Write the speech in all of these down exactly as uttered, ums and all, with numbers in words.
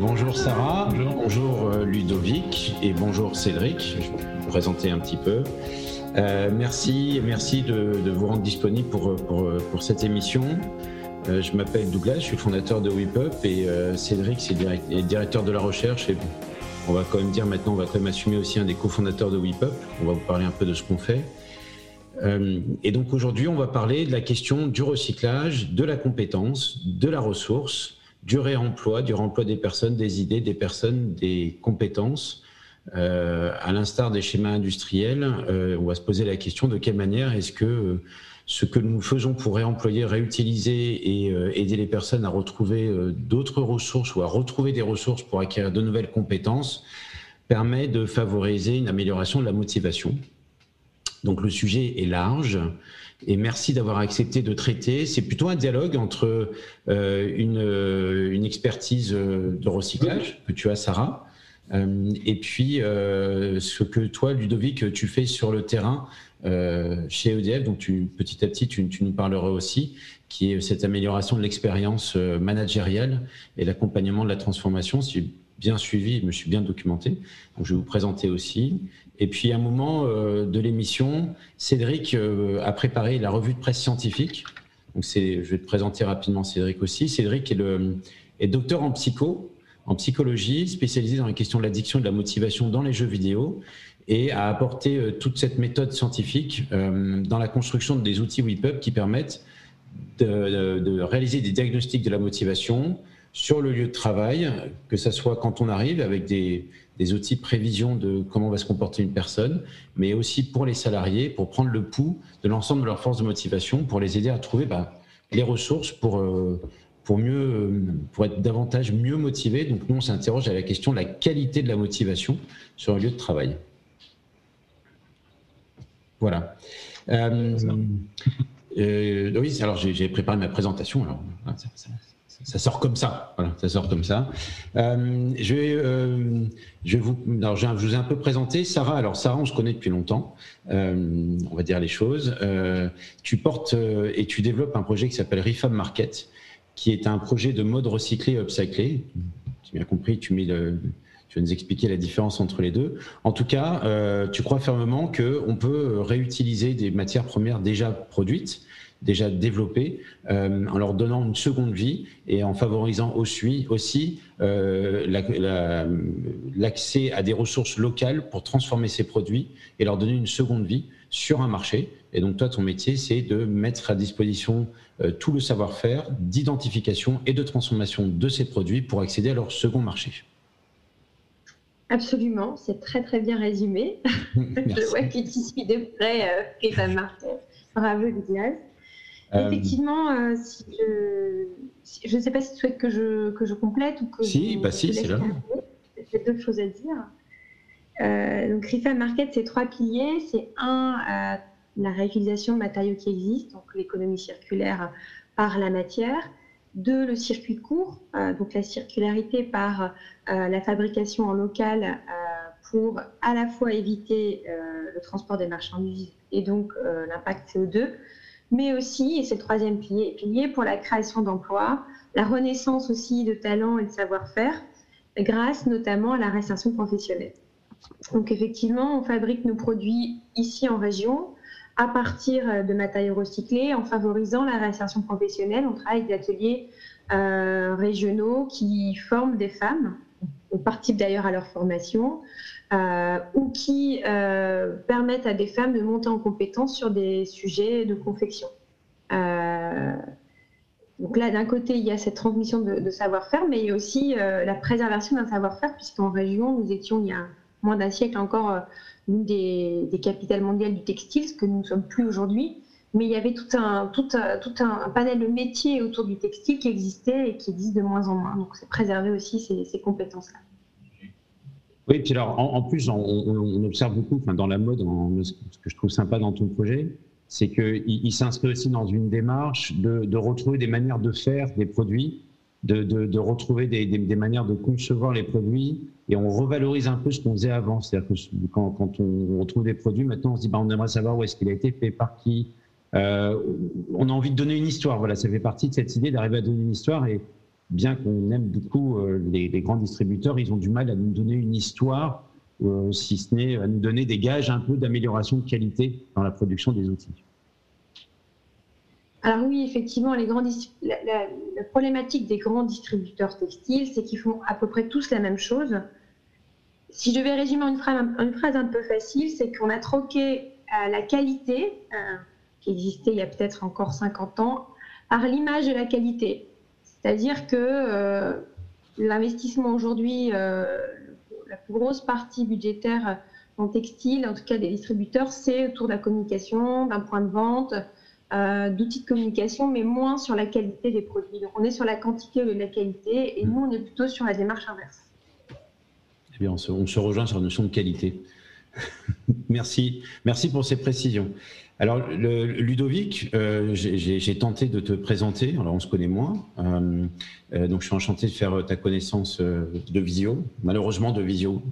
Bonjour Sarah, bonjour, bonjour Ludovic et bonjour Cédric. Je vais vous présenter un petit peu. Euh, merci, merci de, de vous rendre disponible pour, pour, pour cette émission. Euh, je m'appelle Douglas, je suis fondateur de WePup et euh, Cédric c'est direct, est directeur de la recherche. Et on va quand même dire maintenant, on va quand même assumer aussi un des cofondateurs de WePup. On va vous parler un peu de ce qu'on fait. Euh, et donc aujourd'hui, on va parler de la question du recyclage, de la compétence, de la ressource, du réemploi, du réemploi des personnes, des idées, des personnes, des compétences. Euh, à l'instar des schémas industriels, euh, on va se poser la question de quelle manière est-ce que euh, ce que nous faisons pour réemployer, réutiliser et euh, aider les personnes à retrouver euh, d'autres ressources ou à retrouver des ressources pour acquérir de nouvelles compétences permet de favoriser une amélioration de la motivation. Donc le sujet est large et merci d'avoir accepté de traiter. C'est plutôt un dialogue entre euh, une, euh, une expertise de recyclage que tu as, Sarah, euh, et puis euh, ce que toi, Ludovic, tu fais sur le terrain euh, chez E D F. Donc tu, petit à petit, tu, tu nous parleras aussi, qui est cette amélioration de l'expérience managériale et l'accompagnement de la transformation. Si j'ai bien suivi, je me suis bien documenté. Donc je vais vous présenter aussi. Et puis à un moment euh, de l'émission, Cédric euh, a préparé la revue de presse scientifique. Donc c'est, je vais te présenter rapidement Cédric aussi. Cédric est, le, est docteur en psycho, en psychologie, spécialisé dans les questions de l'addiction et de la motivation dans les jeux vidéo, et a apporté euh, toute cette méthode scientifique euh, dans la construction des outils WePup qui permettent de, de, de réaliser des diagnostics de la motivation sur le lieu de travail, que ce soit quand on arrive avec des, des outils de prévision de comment va se comporter une personne, mais aussi pour les salariés, pour prendre le pouls de l'ensemble de leurs forces de motivation, pour les aider à trouver bah, les ressources pour, euh, pour, mieux, pour être davantage mieux motivés. Donc nous, on s'interroge à la question de la qualité de la motivation sur un lieu de travail. Voilà. Euh, euh, oui, alors j'ai, j'ai préparé ma présentation. Alors, ça, ça, Ça sort comme ça, voilà, ça sort comme ça. Euh, je vais, euh, je vais vous, alors je vous ai un peu présenté Sarah. Alors Sarah, on se connaît depuis longtemps. Euh, on va dire les choses. Euh, tu portes euh, et tu développes un projet qui s'appelle Refab Market, qui est un projet de mode recyclé et upcyclé. J'ai bien compris. Tu mets le, tu vas nous expliquer la différence entre les deux. En tout cas, euh, tu crois fermement que on peut réutiliser des matières premières déjà produites, déjà développées, euh, en leur donnant une seconde vie et en favorisant aussi, aussi euh, la, la, l'accès à des ressources locales pour transformer ces produits et leur donner une seconde vie sur un marché. Et donc toi, ton métier, c'est de mettre à disposition euh, tout le savoir-faire d'identification et de transformation de ces produits pour accéder à leur second marché. Absolument, c'est très très bien résumé. Je vois que tu suis de près euh, Refab Market. Bravo, Douglas. Euh, Effectivement, euh, si je si, je ne sais pas si tu souhaites que je, que je complète ou que si, je, bah si, c'est là. J'ai deux choses à dire. Euh, donc, Refab Market, c'est trois piliers. C'est un, euh, la réutilisation de matériaux qui existent, donc l'économie circulaire par la matière. Deux, le circuit court, euh, donc la circularité par euh, la fabrication en local euh, pour à la fois éviter euh, le transport des marchandises et donc euh, l'impact C O deux, mais aussi, et c'est le troisième pilier, pilier pour la création d'emplois, la renaissance aussi de talents et de savoir-faire, grâce notamment à la réinsertion professionnelle. Donc effectivement, on fabrique nos produits ici en région, à partir de matériaux recyclés, en favorisant la réinsertion professionnelle. On travaille avec des ateliers euh, régionaux qui forment des femmes, on participe d'ailleurs à leur formation, euh, ou qui euh, permettent à des femmes de monter en compétence sur des sujets de confection. Euh, donc là, d'un côté, il y a cette transmission de, de savoir-faire, mais il y a aussi euh, la préservation d'un savoir-faire, puisqu'en région, nous étions il y a moins d'un siècle encore l'une des, des capitales mondiales du textile, ce que nous ne sommes plus aujourd'hui. Mais il y avait tout un, tout, un, tout un panel de métiers autour du textile qui existait et qui existe de moins en moins. Donc, c'est préserver aussi ces, ces compétences-là. Oui, puis alors, en, en plus, on, on observe beaucoup, enfin, dans la mode, en, ce que je trouve sympa dans ton projet, c'est qu'il il s'inscrit aussi dans une démarche de, de retrouver des manières de faire des produits, de, de, de retrouver des, des, des manières de concevoir les produits, et on revalorise un peu ce qu'on faisait avant. C'est-à-dire que quand, quand on retrouve des produits, maintenant on se dit bah, on aimerait savoir où est-ce qu'il a été fait, par qui. Euh, on a envie de donner une histoire. Voilà, ça fait partie de cette idée d'arriver à donner une histoire. Et bien qu'on aime beaucoup euh, les, les grands distributeurs, ils ont du mal à nous donner une histoire, euh, si ce n'est à nous donner des gages un peu d'amélioration de qualité dans la production des outils. Alors oui, effectivement, les grands, la, la, la problématique des grands distributeurs textiles, c'est qu'ils font à peu près tous la même chose. Si je devais résumer une phrase, une phrase un peu facile, c'est qu'on a troqué euh, la qualité, euh, qui existait il y a peut-être encore cinquante ans, par l'image de la qualité. C'est-à-dire que euh, l'investissement aujourd'hui, euh, la plus grosse partie budgétaire en textile, en tout cas des distributeurs, c'est autour de la communication, d'un point de vente, Euh, d'outils de communication, mais moins sur la qualité des produits. Donc on est sur la quantité de la qualité et nous, on est plutôt sur la démarche inverse. Eh bien, on se, on se rejoint sur la notion de qualité. Merci. Merci pour ces précisions. Alors, le, Ludovic, euh, j'ai tenté de te présenter, alors on se connaît moins, euh, euh, donc je suis enchanté de faire ta connaissance de visio, malheureusement de visio.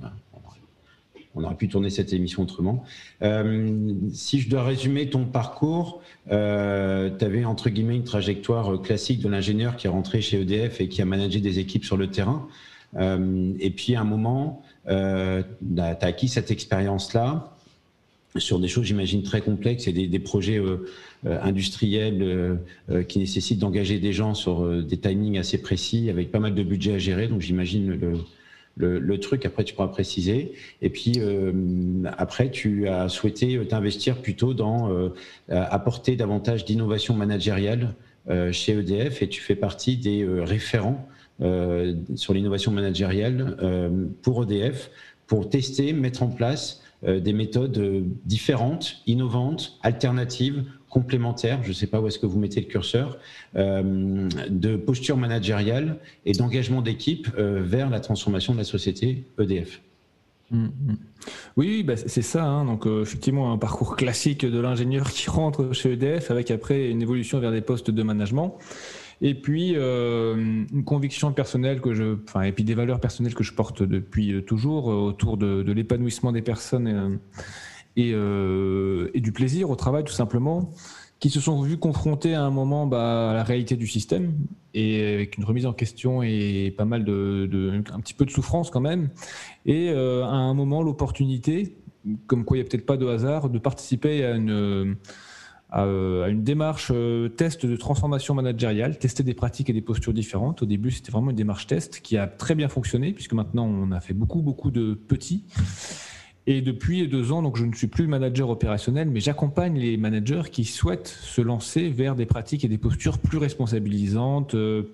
On aurait pu tourner cette émission autrement. Euh, si je dois résumer ton parcours, euh, tu avais entre guillemets une trajectoire classique de l'ingénieur qui est rentré chez E D F et qui a managé des équipes sur le terrain. Euh, et puis à un moment, euh, tu as acquis cette expérience-là sur des choses, j'imagine, très complexes et des, des projets euh, euh, industriels euh, euh, qui nécessitent d'engager des gens sur euh, des timings assez précis avec pas mal de budget à gérer. Donc j'imagine le Le, le truc, après tu pourras préciser. Et puis euh, après, tu as souhaité t'investir plutôt dans euh, apporter davantage d'innovation managériale euh, chez E D F et tu fais partie des euh, référents euh, sur l'innovation managériale euh, pour E D F pour tester, mettre en place euh, des méthodes différentes, innovantes, alternatives, complémentaires, je ne sais pas où est-ce que vous mettez le curseur, euh, de posture managériale et d'engagement d'équipe euh, vers la transformation de la société E D F. Mmh. Oui, bah c'est ça. Hein. Donc, euh, effectivement, un parcours classique de l'ingénieur qui rentre chez E D F avec après une évolution vers des postes de management. Et puis, euh, une conviction personnelle que je, enfin, et puis des valeurs personnelles que je porte depuis toujours euh, autour de, de l'épanouissement des personnes et, et, euh, et du plaisir au travail, tout simplement, qui se sont vus confrontés à un moment bah, à la réalité du système et avec une remise en question et pas mal de, de un petit peu de souffrance quand même. Et euh, à un moment, l'opportunité, comme quoi il n'y a peut-être pas de hasard, de participer à une à une démarche test de transformation managériale, tester des pratiques et des postures différentes. Au début, c'était vraiment une démarche test qui a très bien fonctionné, puisque maintenant, on a fait beaucoup, beaucoup de petits. Et depuis deux ans, donc, je ne suis plus manager opérationnel, mais j'accompagne les managers qui souhaitent se lancer vers des pratiques et des postures plus responsabilisantes,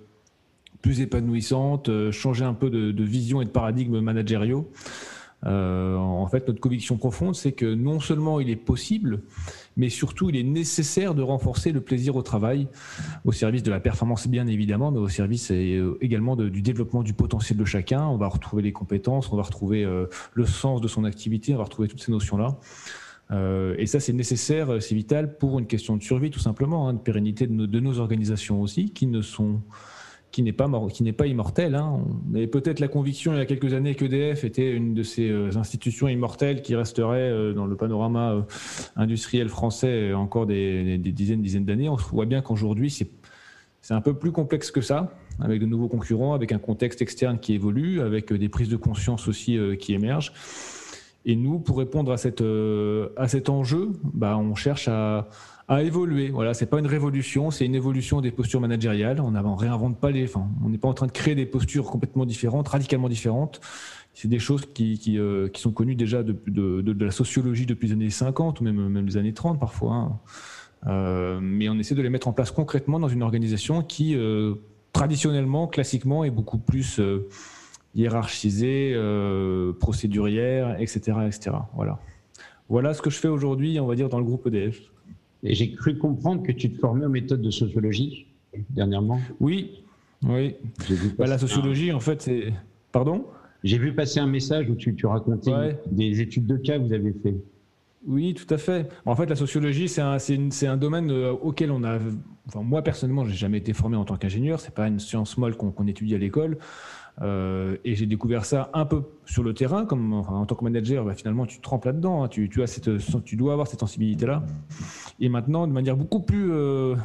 plus épanouissantes, changer un peu de, de vision et de paradigme managériaux. Euh, en fait, notre conviction profonde, c'est que non seulement il est possible, mais surtout il est nécessaire de renforcer le plaisir au travail, au service de la performance bien évidemment, mais au service également de, du développement du potentiel de chacun. On va retrouver les compétences, on va retrouver euh, le sens de son activité, on va retrouver toutes ces notions-là. Euh, et ça, c'est nécessaire, c'est vital pour une question de survie, tout simplement, hein, de pérennité de nos, de nos organisations aussi, qui ne sont... qui n'est pas, mort, qui n'est pas immortel. Hein. On avait peut-être la conviction il y a quelques années qu'E D F était une de ces institutions immortelles qui resterait dans le panorama industriel français encore des, des dizaines, dizaines d'années. On voit bien qu'aujourd'hui, c'est, c'est un peu plus complexe que ça, avec de nouveaux concurrents, avec un contexte externe qui évolue, avec des prises de conscience aussi qui émergent. Et nous, pour répondre à, cette, à cet enjeu, bah, on cherche à... à évoluer. Voilà, c'est pas une révolution, c'est une évolution des postures managériales. On ne réinvente pas les, enfin, on n'est pas en train de créer des postures complètement différentes, radicalement différentes. C'est des choses qui, qui, euh, qui sont connues déjà de, de, de, de la sociologie depuis les années cinquante ou même, même les années trente parfois. Hein. Euh, mais on essaie de les mettre en place concrètement dans une organisation qui, euh, traditionnellement, classiquement, est beaucoup plus euh, hiérarchisée, euh, procédurière, et cetera, et cetera. Voilà. Voilà ce que je fais aujourd'hui, on va dire, dans le groupe E D F. Et j'ai cru comprendre que tu te formais aux méthodes de sociologie dernièrement. Oui, oui. Bah, la sociologie, un... en fait, c'est... Pardon ? J'ai vu passer un message où tu, tu racontais ouais. des études de cas que vous avez fait. Oui, tout à fait. En fait, la sociologie, c'est un, c'est une, c'est un domaine auquel on a... Enfin, moi, personnellement, je n'ai jamais été formé en tant qu'ingénieur. Ce n'est pas une science molle qu'on, qu'on étudie à l'école. Euh, et j'ai découvert ça un peu sur le terrain, comme enfin, en tant que manager, bah, finalement tu te trempes là-dedans, hein, tu, tu, as cette, tu dois avoir cette sensibilité-là. Et maintenant, de manière beaucoup plus euh,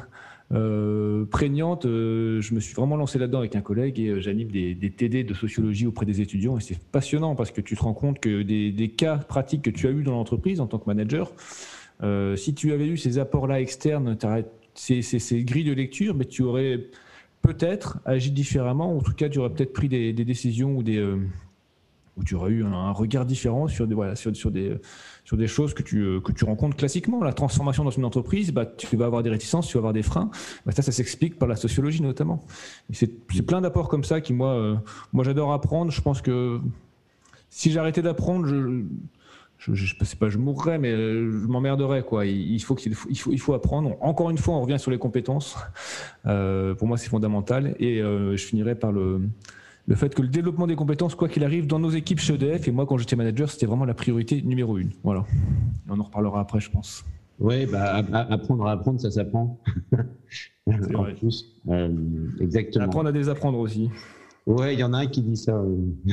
euh, prégnante, euh, je me suis vraiment lancé là-dedans avec un collègue et euh, j'anime des, des T D de sociologie auprès des étudiants et c'est passionnant parce que tu te rends compte que des, des cas pratiques que tu as eu dans l'entreprise en tant que manager, euh, si tu avais eu ces apports-là externes, ces, ces, ces grilles de lecture, mais tu aurais peut-être agi différemment, ou en tout cas tu aurais peut-être pris des, des décisions ou des... Euh, où tu aurais eu un, un regard différent sur des, voilà, sur, sur des, sur des choses que tu, que tu rencontres classiquement. La transformation dans une entreprise, bah, tu vas avoir des réticences, tu vas avoir des freins. Bah, ça, ça s'explique par la sociologie notamment. Et c'est, c'est plein d'apports comme ça qui, moi, euh, moi, j'adore apprendre. Je pense que si j'arrêtais d'apprendre, je... Je, je, je sais pas, je mourrais, mais je m'emmerderais, quoi. Il, il, faut qu'il faut, il, faut, il faut apprendre. Encore une fois, on revient sur les compétences. Euh, pour moi, c'est fondamental. Et euh, je finirai par le, le fait que le développement des compétences, quoi qu'il arrive, dans nos équipes chez E D F, et moi, quand j'étais manager, c'était vraiment la priorité numéro une. Voilà. Et on en reparlera après, je pense. Oui, bah, apprendre à apprendre, ça s'apprend. C'est en vrai. plus, euh, exactement. Apprendre à désapprendre aussi. Oui, il y en a un qui dit ça.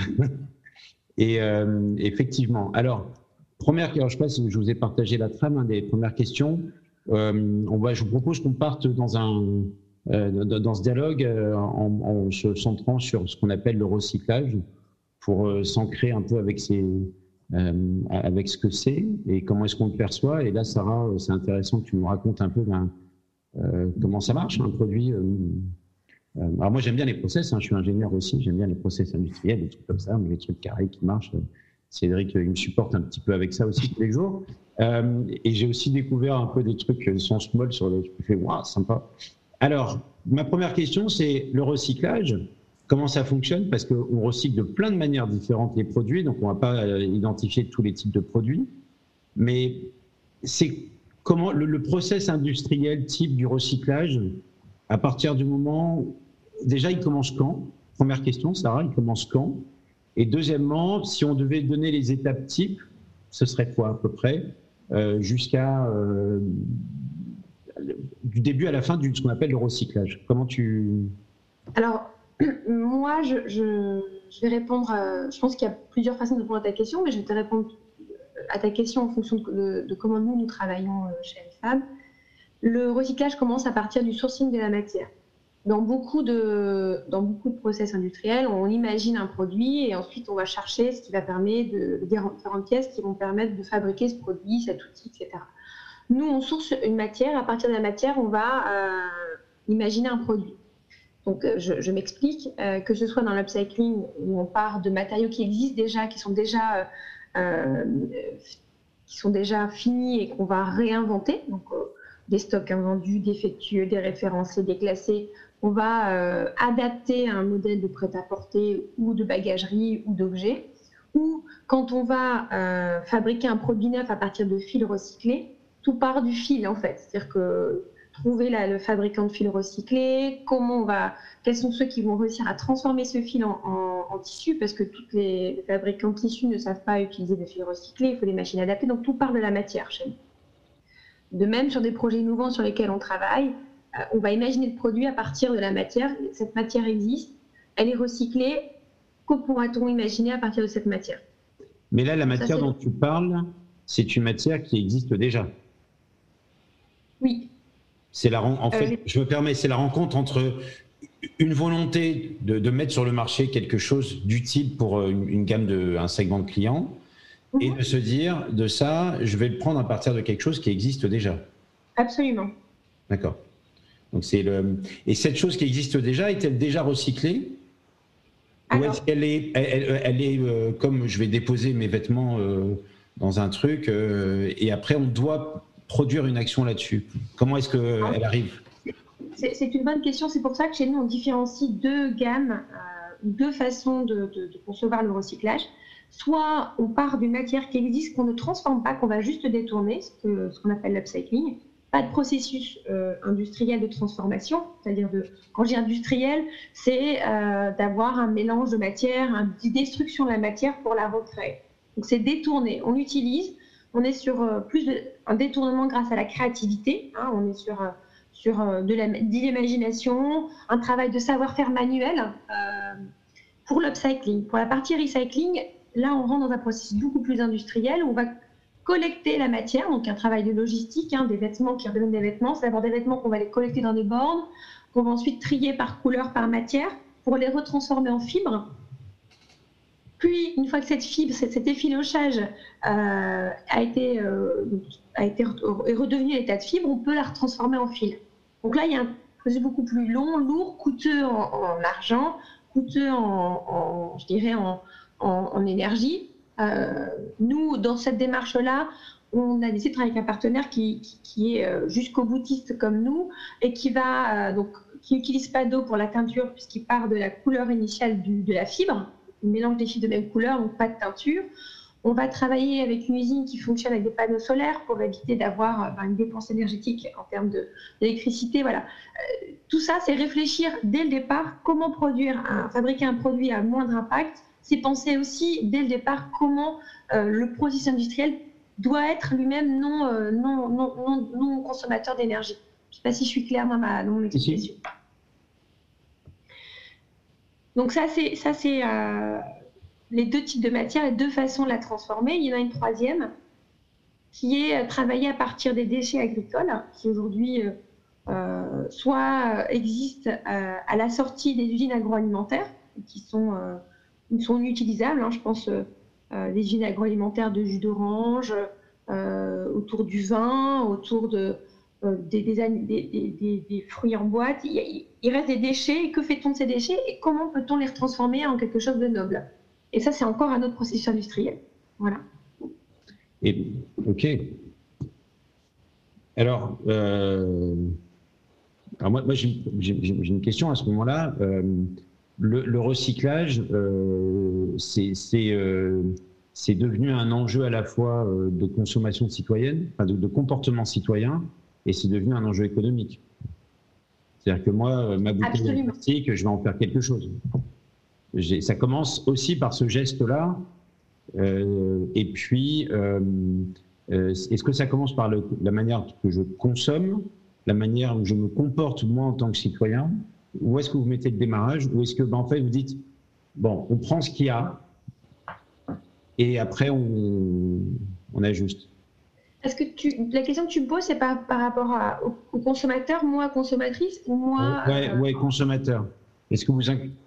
Et euh, effectivement. Alors, première, alors je ne sais pas si je vous ai partagé la trame hein, des premières questions. Euh, on va, je vous propose qu'on parte dans, un, euh, dans ce dialogue euh, en, en se centrant sur ce qu'on appelle le recyclage pour euh, s'ancrer un peu avec, ces, euh, avec ce que c'est et comment est-ce qu'on le perçoit. Et là, Sarah, c'est intéressant que tu nous racontes un peu ben, euh, comment ça marche, un produit. Euh, euh, alors moi, j'aime bien les process, hein, je suis ingénieur aussi, j'aime bien les process industriels, des trucs comme ça, mais les trucs carrés qui marchent. Euh, Cédric, il me supporte un petit peu avec ça aussi tous les jours. Euh, et j'ai aussi découvert un peu des trucs sans small sur les. Je fais waouh, sympa. Alors, ma première question, c'est le recyclage. Comment ça fonctionne? Parce qu'on recycle de plein de manières différentes les produits, donc on ne va pas euh, identifier tous les types de produits. Mais c'est comment le, le process industriel type du recyclage, à partir du moment. Déjà, il commence quand? Première question, Sarah, il commence quand? Et deuxièmement, si on devait donner les étapes types, ce serait quoi à peu près, euh, jusqu'à euh, du début à la fin de ce qu'on appelle le recyclage? Comment tu... Alors, moi, je, je, je vais répondre, à, je pense qu'il y a plusieurs façons de répondre à ta question, mais je vais te répondre à ta question en fonction de, de, de comment nous, nous travaillons chez Refab. Le recyclage commence à partir du sourcing de la matière. Dans beaucoup, de, dans beaucoup de process industriels, on imagine un produit et ensuite on va chercher ce qui va permettre de, différentes pièces qui vont permettre de fabriquer ce produit, cet outil, et cetera. Nous, on source une matière, à partir de la matière, on va euh, imaginer un produit. Donc, je, je m'explique, euh, que ce soit dans l'upcycling où on part de matériaux qui existent déjà, qui sont déjà, euh, qui sont déjà finis et qu'on va réinventer, donc euh, des stocks invendus, défectueux, déréférencés, déclassés. On va euh, adapter un modèle de prêt-à-porter ou de bagagerie ou d'objets. Ou quand on va euh, fabriquer un produit neuf à partir de fils recyclés, tout part du fil en fait. C'est-à-dire que trouver la, le fabricant de fils recyclés, comment on va, quels sont ceux qui vont réussir à transformer ce fil en, en, en tissu, parce que tous les, les fabricants de tissus ne savent pas utiliser de fils recyclés, il faut des machines adaptées, donc tout part de la matière chez nous. De même, sur des projets innovants sur lesquels on travaille, on va imaginer le produit à partir de la matière. Cette matière existe, elle est recyclée. Que pourra-t-on imaginer à partir de cette matière? Mais là, la matière Ça, dont tu parles, c'est une matière qui existe déjà. Oui. C'est la, en fait, euh, je me permets, c'est la rencontre entre une volonté de, de mettre sur le marché quelque chose d'utile pour une, une gamme de, un segment de clients, mmh. et de se dire, de ça, je vais le prendre à partir de quelque chose qui existe déjà. Absolument. D'accord. Donc c'est le... Et cette chose qui existe déjà, est-elle déjà recyclée? Alors... Ou est-ce qu'elle est, elle, elle, elle est euh, comme je vais déposer mes vêtements euh, dans un truc euh, et après on doit produire une action là-dessus? Comment est-ce qu'elle ah. arrive? c'est, c'est une bonne question. C'est pour ça que chez nous, on différencie deux gammes, euh, deux façons de, de, de concevoir le recyclage. Soit on part d'une matière qui existe, qu'on ne transforme pas, qu'on va juste détourner, ce, que, ce qu'on appelle l'upcycling. Pas de processus euh, industriel de transformation, c'est-à-dire de, quand je dis industriel, c'est euh, d'avoir un mélange de matière, une destruction de la matière pour la recréer. Donc c'est détourné, on utilise, on est sur euh, plus de, un détournement grâce à la créativité, hein, on est sur, euh, sur euh, de, la, de l'imagination, un travail de savoir-faire manuel euh, pour l'upcycling. Pour la partie recycling, là on rentre dans un processus beaucoup plus industriel où on va collecter la matière, donc un travail de logistique, hein, des vêtements qui redeviennent des vêtements. C'est d'abord des vêtements qu'on va les collecter dans des bornes, qu'on va ensuite trier par couleur, par matière, pour les retransformer en fibres. Puis, une fois que cette fibre, cet effilochage euh, a été, euh, a été est redevenu l'état de fibre, on peut la retransformer en fil. Donc là, il y a un processus beaucoup plus long, lourd, coûteux en, en argent, coûteux en, en je dirais, en, en, en énergie. Euh, nous, dans cette démarche-là, on a décidé de travailler avec un partenaire qui, qui, qui est jusqu'au boutiste comme nous et qui va euh, donc qui n'utilise pas d'eau pour la teinture puisqu'il part de la couleur initiale du, de la fibre. On mélange des fibres de même couleur, donc pas de teinture. On va travailler avec une usine qui fonctionne avec des panneaux solaires pour éviter d'avoir ben, une dépense énergétique en termes d'électricité. Voilà. Euh, tout ça, c'est réfléchir dès le départ comment produire, un, fabriquer un produit à moindre impact. C'est penser aussi dès le départ comment euh, le processus industriel doit être lui-même non, euh, non, non, non, non consommateur d'énergie. Je ne sais pas si je suis claire dans, ma, dans mon explication. Ici. Donc ça, c'est, ça, c'est euh, les deux types de matières, les deux façons de la transformer. Il y en a une troisième qui est travailler à partir des déchets agricoles qui aujourd'hui euh, soit existent euh, à la sortie des usines agroalimentaires qui sont, euh, sont inutilisables. Hein, je pense euh, les usines agroalimentaires de jus d'orange, euh, autour du vin, autour de... Euh, des, des, des, des, des fruits en boîte, il, il reste des déchets, et que fait-on de ces déchets et comment peut-on les transformer en quelque chose de noble? Et ça, c'est encore un autre processus industriel. Voilà. Et, ok. Alors, euh, alors moi, moi j'ai, j'ai, j'ai une question à ce moment-là. Euh, le, le recyclage, euh, c'est, c'est, euh, c'est devenu un enjeu à la fois de consommation citoyenne, enfin de, de comportement citoyen, et c'est devenu un enjeu économique. C'est-à-dire que moi, ma bouteille de plastique, je vais en faire quelque chose. J'ai, ça commence aussi par ce geste-là. Euh, et puis, euh, euh, est-ce que ça commence par le, la manière que je consomme, la manière où je me comporte moi en tant que citoyen, ou est-ce que vous mettez le démarrage, ou est-ce que, ben, en fait, vous dites, bon, on prend ce qu'il y a, et après, on, on ajuste. Est-ce que tu, la question que tu me poses, c'est par, par rapport à, au, au consommateur, moi consommatrice, ou moi... Oui, euh... ouais, consommateur. Est-ce que vous... Inc...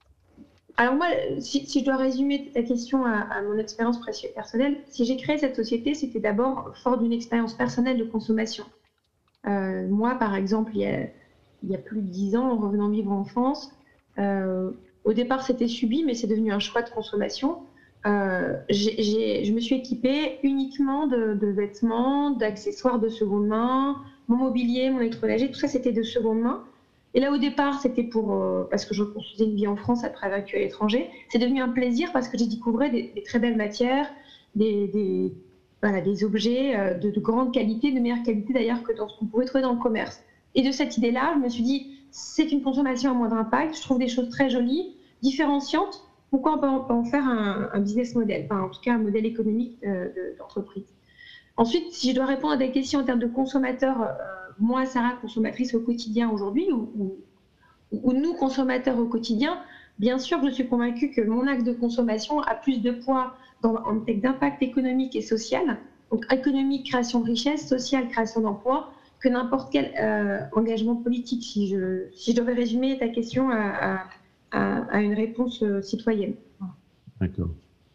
Alors moi, si, si je dois résumer ta question à, à mon expérience personnelle, si j'ai créé cette société, c'était d'abord fort d'une expérience personnelle de consommation. Euh, moi, par exemple, il y, a, il y a plus de dix ans, en revenant vivre en France, euh, au départ, c'était subi, mais c'est devenu un choix de consommation. Euh, j'ai, j'ai, je me suis équipée uniquement de, de vêtements, d'accessoires de seconde main, mon mobilier, mon électroménager, tout ça c'était de seconde main. Et là au départ c'était pour euh, parce que je construisais une vie en France après avoir vécu à l'étranger. C'est devenu un plaisir parce que j'ai découvert des, des très belles matières, des, des, voilà, des objets euh, de, de grande qualité, de meilleure qualité d'ailleurs que dans ce qu'on pourrait trouver dans le commerce. Et de cette idée-là, je me suis dit c'est une consommation à moindre impact. Je trouve des choses très jolies, différenciantes. Pourquoi on peut en, peut en faire un, un business model, enfin, en tout cas un modèle économique euh, de, d'entreprise. Ensuite, si je dois répondre à des questions en termes de consommateurs, euh, moi, Sarah, consommatrice au quotidien aujourd'hui, ou, ou, ou nous, consommateurs au quotidien, bien sûr que je suis convaincue que mon axe de consommation a plus de poids dans, en termes d'impact économique et social, donc économique, création de richesse, social, création d'emplois, que n'importe quel euh, engagement politique, si je, si je devais résumer ta question à... à À, à une réponse euh, citoyenne. D'accord.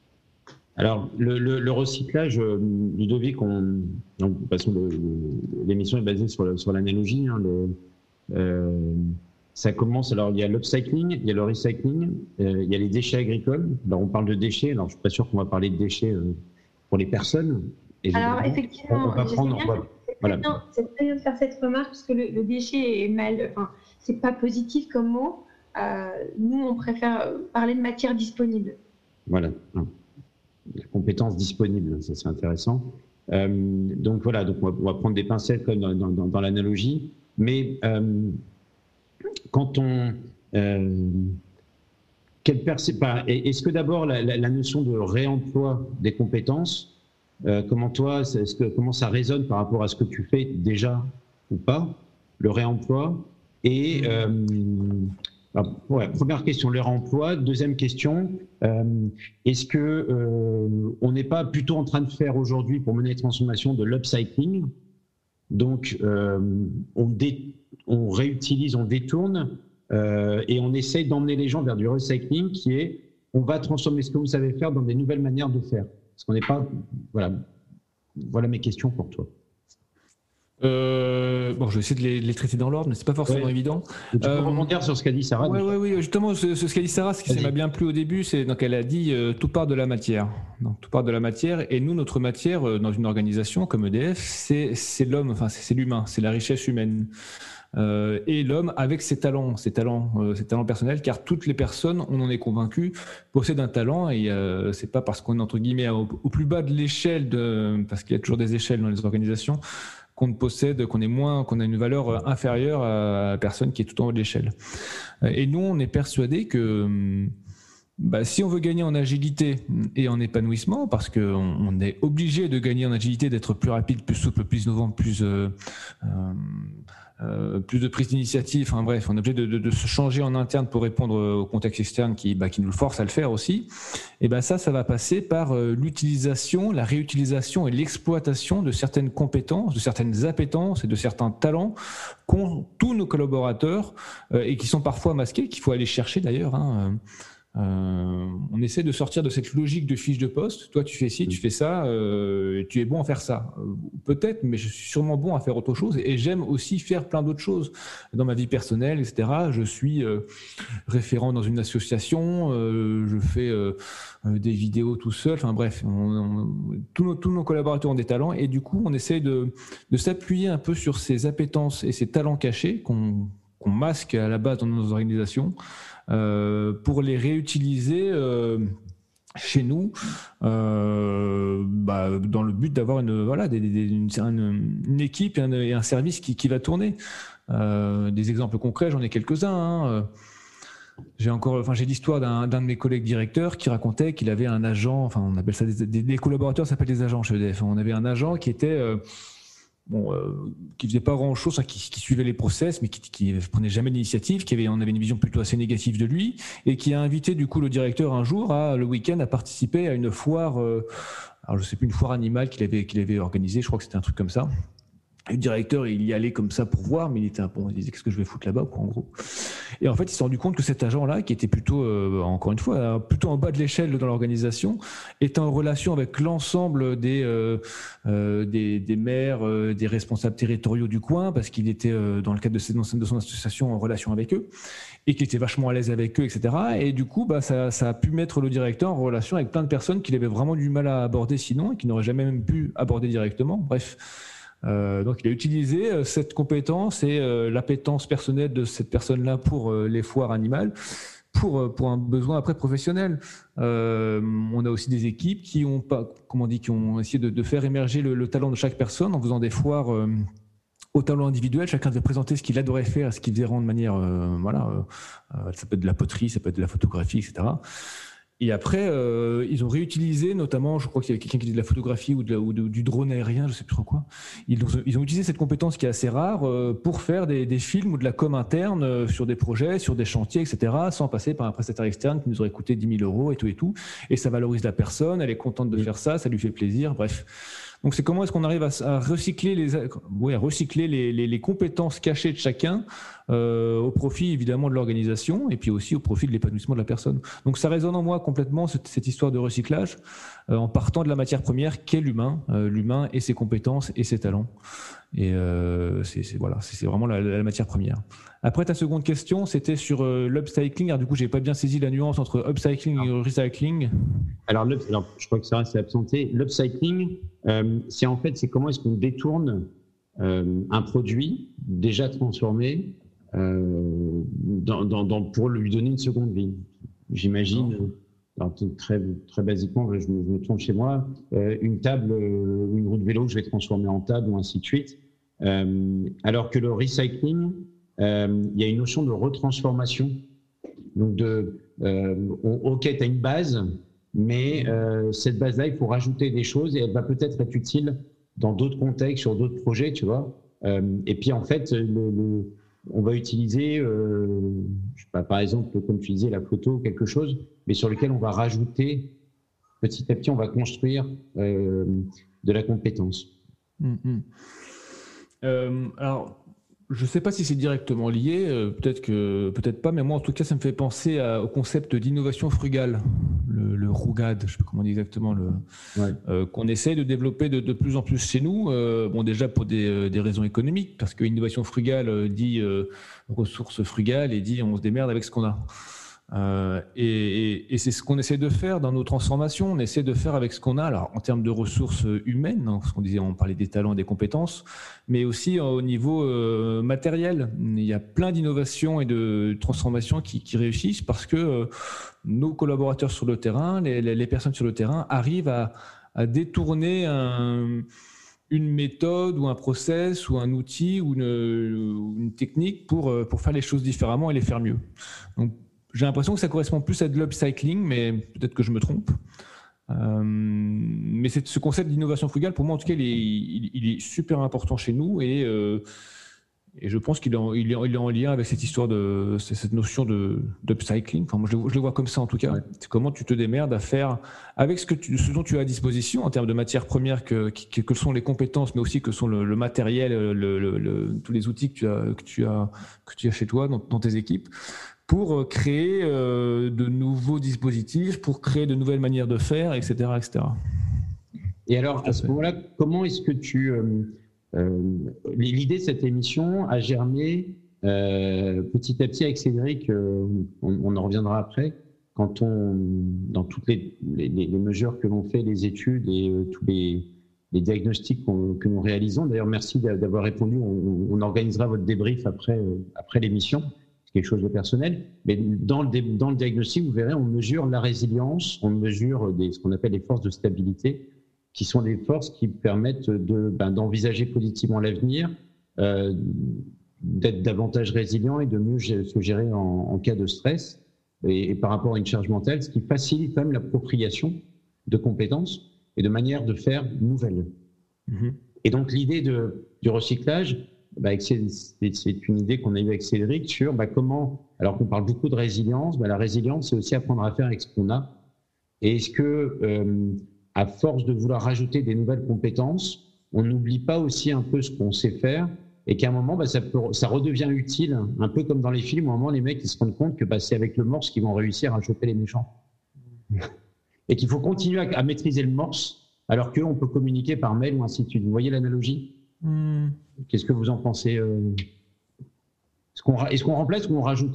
Alors, le, le, le recyclage, euh, Ludovic, on, donc, de toute façon, le, le, l'émission est basée sur, le, sur l'analogie. Hein, le, euh, ça commence, alors il y a l'upcycling, il y a le recycling, euh, il y a les déchets agricoles. Alors, on parle de déchets, alors je ne suis pas sûr qu'on va parler de déchets euh, pour les personnes. Et alors, effectivement, on va prendre, on va, c'est, voilà. bien, c'est très bien de faire cette remarque, parce que le, le déchet est mal, enfin, c'est pas positif comme mot. Euh, nous, on préfère parler de matière disponible. Voilà, la compétence disponible, ça c'est intéressant. Euh, donc voilà, donc on va, on va prendre des pincettes comme dans, dans, dans l'analogie, mais euh, quand on... Euh, quelle percé- bah, est-ce que d'abord la, la, la notion de réemploi des compétences, euh, comment toi, est-ce que, comment ça résonne par rapport à ce que tu fais déjà ou pas, le réemploi, et... Euh, Alors, ouais, première question, le réemploi. Deuxième question, euh, est-ce que euh, on n'est pas plutôt en train de faire aujourd'hui pour mener les transformations de l'upcycling? Donc, euh, on, dé, on réutilise, on détourne euh, et on essaye d'emmener les gens vers du recycling qui est, on va transformer ce que vous savez faire dans des nouvelles manières de faire. Parce qu'on n'est pas, voilà, voilà mes questions pour toi. Euh, bon, je vais essayer de les, de les traiter dans l'ordre, mais c'est pas forcément ouais. évident. Tu peux euh, rebondir sur ce qu'a dit Sarah. Oui, oui, oui. Justement, ce, ce qu'a dit Sarah, ce qui m'a bien plu au début, c'est donc elle a dit euh, tout part de la matière. Donc tout part de la matière, et nous, notre matière euh, dans une organisation comme E D F, c'est c'est l'homme, enfin c'est, c'est l'humain, c'est la richesse humaine. Euh, et l'homme avec ses talents, ses talents, euh, ses talents personnels, car toutes les personnes, on en est convaincu, possèdent un talent, et euh, c'est pas parce qu'on est entre guillemets au, au plus bas de l'échelle, de, parce qu'il y a toujours des échelles dans les organisations, qu'on ne possède, qu'on est moins, qu'on a une valeur inférieure à la personne qui est tout en haut de l'échelle. Et nous, on est persuadés que bah, si on veut gagner en agilité et en épanouissement, parce qu'on on est obligé de gagner en agilité, d'être plus rapide, plus souple, plus innovant, plus euh, euh, Euh, plus de prise d'initiative, enfin bref, on est obligé de, de, de se changer en interne pour répondre au contexte externe qui, bah, qui nous le force à le faire aussi. Et ben ça, ça va passer par euh, l'utilisation, la réutilisation et l'exploitation de certaines compétences, de certaines appétences et de certains talents qu'ont tous nos collaborateurs euh, et qui sont parfois masqués, qu'il faut aller chercher d'ailleurs. Hein, Euh, on essaie de sortir de cette logique de fiche de poste. Toi, tu fais ci, tu fais ça, euh, tu es bon à faire ça. Euh, peut-être, mais je suis sûrement bon à faire autre chose. Et j'aime aussi faire plein d'autres choses dans ma vie personnelle, et cetera. Je suis euh, référent dans une association. Euh, je fais euh, des vidéos tout seul. Enfin bref, on, on, tous, nos, tous nos collaborateurs ont des talents, et du coup, on essaie de, de s'appuyer un peu sur ces appétences et ces talents cachés qu'on, qu'on masque à la base dans nos organisations. Euh, pour les réutiliser euh, chez nous, euh, bah, dans le but d'avoir une, voilà, des, des, une, une, une équipe et un, et un service qui, qui va tourner. Euh, des exemples concrets, j'en ai quelques-uns. Hein. J'ai encore, enfin, j'ai l'histoire d'un, d'un de mes collègues directeurs qui racontait qu'il avait un agent, enfin, on appelle ça des, des, des collaborateurs, ça s'appelle des agents chez E D F. On avait un agent qui était euh, Bon, euh, qui faisait pas grand chose, hein, qui, qui suivait les process, mais qui, qui prenait jamais d'initiative, qui avait, on avait une vision plutôt assez négative de lui, et qui a invité du coup le directeur un jour, à, le week-end, à participer à une foire, euh, alors je sais plus, une foire animale qu'il avait, qu'il avait organisée, je crois que c'était un truc comme ça. Le directeur, il y allait comme ça pour voir, mais il était un peu, il disait qu'est-ce que je vais foutre là-bas, quoi, en gros. Et en fait, il s'est rendu compte que cet agent-là, qui était plutôt, euh, encore une fois, plutôt en bas de l'échelle dans l'organisation, était en relation avec l'ensemble des euh, euh, des, des maires, euh, des responsables territoriaux du coin, parce qu'il était euh, dans le cadre de, ses, de son association en relation avec eux, et qu'il était vachement à l'aise avec eux, et cetera. Et du coup, bah, ça, ça a pu mettre le directeur en relation avec plein de personnes qu'il avait vraiment du mal à aborder sinon, et qu'il n'aurait jamais même pu aborder directement. Bref. Euh, donc il a utilisé euh, cette compétence et euh, l'appétence personnelle de cette personne-là pour euh, les foires animales pour euh, pour un besoin après professionnel. Euh, on a aussi des équipes qui ont pas, comment on dit, qui ont essayé de, de faire émerger le, le talent de chaque personne en faisant des foires euh, au talent individuel. Chacun devait présenter ce qu'il adorait faire, ce qu'il faisait rendre de manière, euh, voilà, euh, ça peut être de la poterie, ça peut être de la photographie, et cetera. Et après, euh, ils ont réutilisé, notamment, je crois qu'il y avait quelqu'un qui dit de la photographie ou, de la, ou de, du drone aérien, je sais plus trop quoi. Ils ont, ils ont utilisé cette compétence qui est assez rare euh, pour faire des, des films ou de la com interne euh, sur des projets, sur des chantiers, et cetera, sans passer par un prestataire externe qui nous aurait coûté dix mille euros et tout et tout. Et ça valorise la personne, elle est contente de faire ça, ça lui fait plaisir, bref. Donc c'est comment est-ce qu'on arrive à, à recycler les, oui, à recycler les, les, les compétences cachées de chacun euh, au profit évidemment de l'organisation et puis aussi au profit de l'épanouissement de la personne. Donc ça résonne en moi complètement cette, cette histoire de recyclage euh, en partant de la matière première qu'est l'humain, euh, l'humain et ses compétences et ses talents. Et euh, c'est, c'est, voilà, c'est, c'est vraiment la, la matière première. Après, ta seconde question, c'était sur euh, l'upcycling. Alors, du coup, j'ai pas bien saisi la nuance entre upcycling et recycling. Alors, le, alors je crois que ça s'est absenté. L'upcycling, euh, c'est en fait, c'est comment est-ce qu'on détourne euh, un produit déjà transformé euh, dans, dans, dans, pour lui donner une seconde vie. J'imagine. Euh, alors, très, très basiquement, je me, je me trompe chez moi, euh, une table ou euh, une roue de vélo que je vais transformer en table ou ainsi de suite. Euh, alors que le recycling, euh, il y a une notion de retransformation. Donc, de, euh, on, ok, tu as une base, mais euh, cette base-là, il faut rajouter des choses et elle va peut-être être utile dans d'autres contextes, sur d'autres projets, tu vois. Euh, et puis, en fait, le, le, on va utiliser, euh, je sais pas, par exemple, comme tu disais, la photo, quelque chose, mais sur lequel on va rajouter, petit à petit, on va construire euh, de la compétence. Mmh. Euh, alors, je ne sais pas si c'est directement lié, euh, peut-être que peut-être pas, mais moi en tout cas ça me fait penser à, au concept d'innovation frugale, le, le RUGAD, je ne sais pas comment on dit exactement, le, ouais. euh, qu'on essaie de développer de, de plus en plus chez nous. Euh, bon, déjà pour des, des raisons économiques, parce que innovation frugale dit euh, ressources frugales et dit on se démerde avec ce qu'on a. Euh, et, et, et c'est ce qu'on essaie de faire dans nos transformations. On essaie de faire avec ce qu'on a, alors en termes de ressources humaines, hein, parce qu'on disait, on parlait des talents et des compétences, mais aussi au niveau euh, matériel. Il y a plein d'innovations et de transformations qui, qui réussissent parce que euh, nos collaborateurs sur le terrain, les, les personnes sur le terrain, arrivent à, à détourner un, une méthode ou un process ou un outil ou une, une technique pour, pour faire les choses différemment et les faire mieux. Donc, j'ai l'impression que ça correspond plus à de l'upcycling, mais peut-être que je me trompe. Euh, mais c'est, ce concept d'innovation frugale, pour moi en tout cas, il est, il, il est super important chez nous et, euh, et je pense qu'il est, en, il est, il est en lien avec cette histoire de cette notion de, d'upcycling. Enfin, moi, je, je le vois comme ça en tout cas. Ouais. C'est comment tu te démerdes à faire avec ce, que tu, ce dont tu as à disposition en termes de matières premières, que, que, que sont les compétences, mais aussi que sont le, le matériel, le, le, le, tous les outils que tu as, que tu as, que tu as chez toi, dans, dans tes équipes, pour créer euh, de nouveaux dispositifs, pour créer de nouvelles manières de faire, et cetera, et cetera. Et alors, à ce moment-là, comment est-ce que tu... Euh, euh, l'idée de cette émission a germé euh, petit à petit avec Cédric, euh, on, on en reviendra après, quand on, dans toutes les, les, les mesures que l'on fait, les études et euh, tous les, les diagnostics qu'on, que nous réalisons. D'ailleurs, merci d'avoir répondu. On, on organisera votre débrief après, euh, après l'émission. Quelque chose de personnel, mais dans le, dans le diagnostic, vous verrez, on mesure la résilience, on mesure des, ce qu'on appelle les forces de stabilité, qui sont des forces qui permettent de, ben, d'envisager positivement l'avenir, euh, d'être davantage résilient et de mieux se gérer en, en cas de stress, et, et par rapport à une charge mentale, ce qui facilite quand même l'appropriation de compétences et de manières de faire nouvelles. Mmh. Et donc l'idée de, du recyclage, bah, c'est, c'est une idée qu'on a eue avec Cédric sur bah, comment, alors qu'on parle beaucoup de résilience, bah, la résilience, c'est aussi apprendre à faire avec ce qu'on a. Et est-ce que, euh, à force de vouloir rajouter des nouvelles compétences, on n'oublie pas aussi un peu ce qu'on sait faire et qu'à un moment, bah, ça, peut, ça redevient utile, un peu comme dans les films, au moment, les mecs ils se rendent compte que bah, c'est avec le morse qu'ils vont réussir à choper les méchants. Et qu'il faut continuer à, à maîtriser le morse, alors qu'on peut communiquer par mail ou ainsi de suite. Vous voyez l'analogie ? Mmh. Qu'est-ce que vous en pensez euh... Est-ce qu'on, ra- est-ce qu'on remplace ou on rajoute ?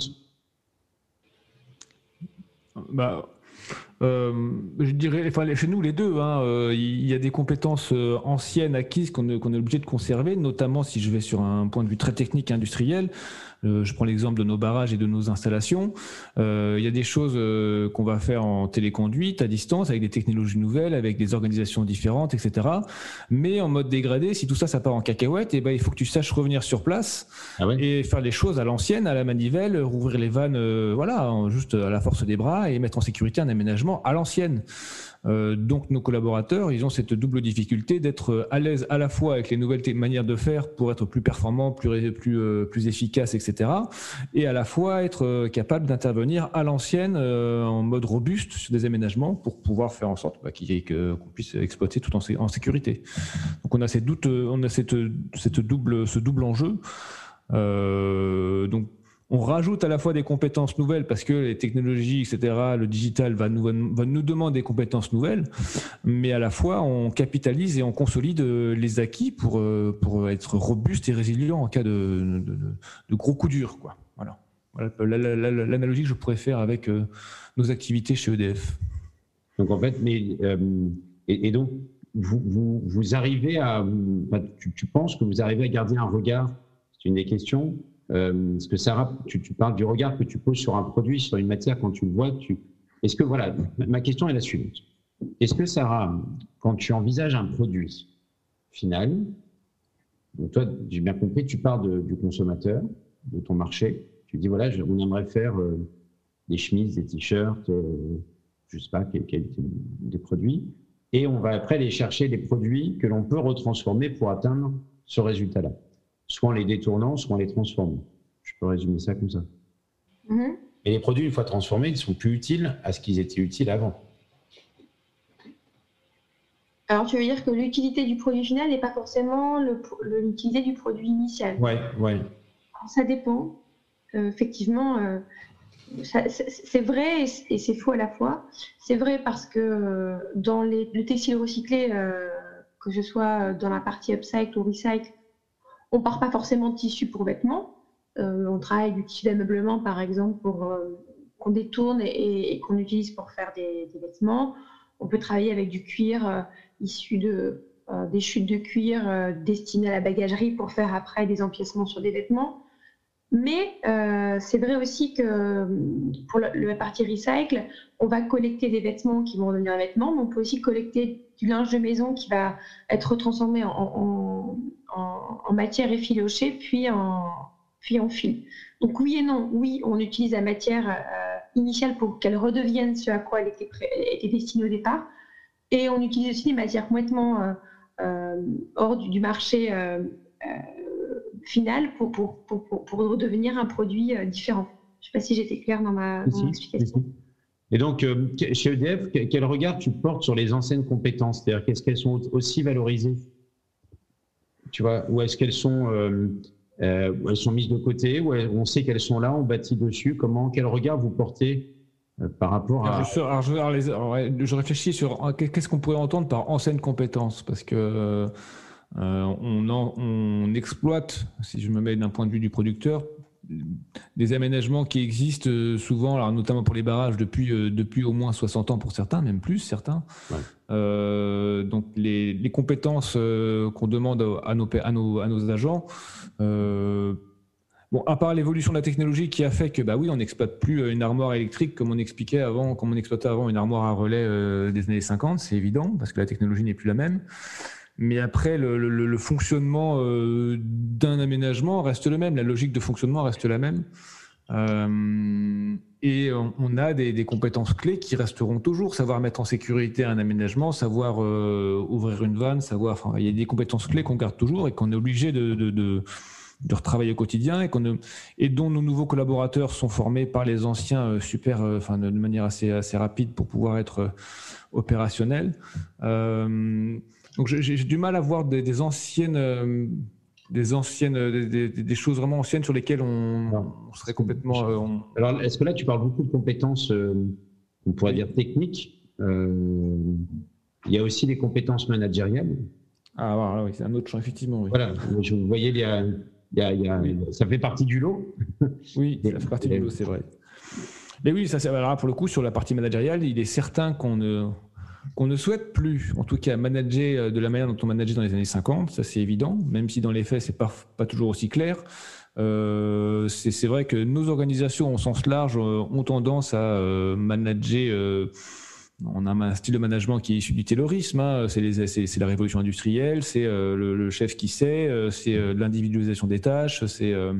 Bah, euh, je dirais, enfin, chez nous les deux, hein, euh, il y a des compétences euh, anciennes acquises qu'on est, qu'on est obligé de conserver, notamment si je vais sur un point de vue très technique industriel. Euh, je prends l'exemple de nos barrages et de nos installations. Euh, il y a des choses euh, qu'on va faire en téléconduite, à distance, avec des technologies nouvelles, avec des organisations différentes, et cetera. Mais en mode dégradé, si tout ça, ça part en cacahuète, et ben, il faut que tu saches revenir sur place ah ouais. et faire les choses à l'ancienne, à la manivelle, rouvrir les vannes, euh, voilà, juste à la force des bras et mettre en sécurité un aménagement à l'ancienne. Euh, donc nos collaborateurs, ils ont cette double difficulté d'être à l'aise à la fois avec les nouvelles t- manières de faire pour être plus performants, plus, plus, euh, plus efficaces, et cetera. Et à la fois être euh, capable d'intervenir à l'ancienne euh, en mode robuste sur des aménagements pour pouvoir faire en sorte bah, qu'il y ait, que, qu'on puisse exploiter tout en, sé- en sécurité. Donc on a, ces doutes, on a cette, cette double, ce double enjeu. Euh, donc on rajoute à la fois des compétences nouvelles parce que les technologies, et cetera, le digital va nous, va nous demander des compétences nouvelles, mais à la fois on capitalise et on consolide les acquis pour, pour être robuste et résilient en cas de, de, de gros coups durs, quoi. Voilà. Voilà l'analogie que je pourrais faire avec nos activités chez E D F. Donc en fait, mais, euh, et, et donc vous, vous, vous arrivez à, enfin, tu, tu penses que vous arrivez à garder un regard, c'est une des questions. Euh, parce que Sarah, tu, tu parles du regard que tu poses sur un produit, sur une matière quand tu le vois. Tu... Est-ce que voilà, ma question est la suivante. Est-ce que Sarah, quand tu envisages un produit final, donc toi, j'ai bien compris, tu pars de, du consommateur, de ton marché. Tu dis voilà, je, on aimerait faire euh, des chemises, des t-shirts, euh, je sais pas quel, quel, des produits, et on va après aller chercher des produits que l'on peut retransformer pour atteindre ce résultat-là. Soit en les détournant, soit en les transformant. Je peux résumer ça comme ça. Mm-hmm. Et les produits, une fois transformés, ils ne sont plus utiles à ce qu'ils étaient utiles avant. Alors, tu veux dire que l'utilité du produit final n'est pas forcément le, le, l'utilité du produit initial? Oui, oui. Ça dépend. Euh, effectivement, euh, ça, c'est, c'est vrai et c'est faux à la fois. C'est vrai parce que euh, dans les, le textile recyclé, euh, que ce soit dans la partie upcycle ou recycle, on ne part pas forcément de tissu pour vêtements. Euh, on travaille du tissu d'ameublement, par exemple, pour, euh, qu'on détourne et, et qu'on utilise pour faire des, des vêtements. On peut travailler avec du cuir euh, issu de, euh, des chutes de cuir euh, destinées à la bagagerie pour faire après des empiècements sur des vêtements. Mais euh, c'est vrai aussi que pour la, la partie recycle, on va collecter des vêtements qui vont devenir des vêtements, mais on peut aussi collecter du linge de maison qui va être transformé en, en, en, en matière effilochée, puis en, puis en fil. Donc oui et non. Oui, on utilise la matière euh, initiale pour qu'elle redevienne ce à quoi elle était, pré- était destinée au départ. Et on utilise aussi des matières complètement euh, euh, hors du, du marché euh, euh, final pour, pour, pour, pour, pour redevenir un produit euh, différent. Je ne sais pas si j'étais claire dans ma, dans mon explication. Et donc, euh, chez E D F, quel regard tu portes sur les anciennes compétences? C'est-à-dire, qu'est-ce qu'elles sont aussi valorisées? Tu vois, ou est-ce qu'elles sont, euh, euh, elles sont mises de côté, ou on sait qu'elles sont là, on bâtit dessus? Comment, quel regard vous portez euh, par rapport à… Alors je, alors je, alors les, alors ouais, je réfléchis sur qu'est-ce qu'on pourrait entendre par anciennes compétences, parce que euh, on, en, on exploite, si je me mets d'un point de vue du producteur, des aménagements qui existent souvent, alors notamment pour les barrages, depuis, euh, depuis au moins soixante ans pour certains, même plus certains. Ouais. Euh, donc les, les compétences euh, qu'on demande à nos, à nos, à nos agents, euh, bon, à part l'évolution de la technologie qui a fait que, bah oui, on n'exploite plus une armoire électrique comme on expliquait avant, comme on exploitait avant une armoire à relais euh, des années cinquante, c'est évident, parce que la technologie n'est plus la même. Mais après, le, le, le fonctionnement euh, d'un aménagement reste le même, la logique de fonctionnement reste la même. Euh, et on, on a des, des compétences clés qui resteront toujours, savoir mettre en sécurité un aménagement, savoir euh, ouvrir une vanne, savoir, enfin, il y a des compétences clés qu'on garde toujours et qu'on est obligé de, de, de, de retravailler au quotidien et, qu'on, et dont nos nouveaux collaborateurs sont formés par les anciens euh, super, euh, enfin, de manière assez, assez rapide pour pouvoir être euh, opérationnels. Euh, Donc j'ai, j'ai du mal à voir des, des anciennes, euh, des anciennes, des, des, des choses vraiment anciennes sur lesquelles on, on serait complètement. Euh, on... Alors est-ce que là tu parles beaucoup de compétences, euh, on pourrait dire techniques. Euh, il y a aussi des compétences managériales. Ah voilà, oui, c'est un autre champ effectivement. Oui. Voilà, je, vous voyez, il y a, il y a, il y a, oui. Ça fait partie du lot. Oui, ça fait partie du lot, c'est vrai. Mais oui, ça, c'est, alors pour le coup sur la partie managériale, il est certain qu'on ne qu'on ne souhaite plus, en tout cas, manager de la manière dont on manageait dans les années cinquante, ça c'est évident, même si dans les faits, c'est pas, pas toujours aussi clair. Euh, c'est, c'est vrai que nos organisations, au sens large, ont tendance à euh, manager. Euh, on a un style de management qui est issu du taylorisme, hein, c'est, les, c'est, c'est la révolution industrielle, c'est euh, le, le chef qui sait, euh, c'est euh, l'individualisation des tâches, c'est, euh,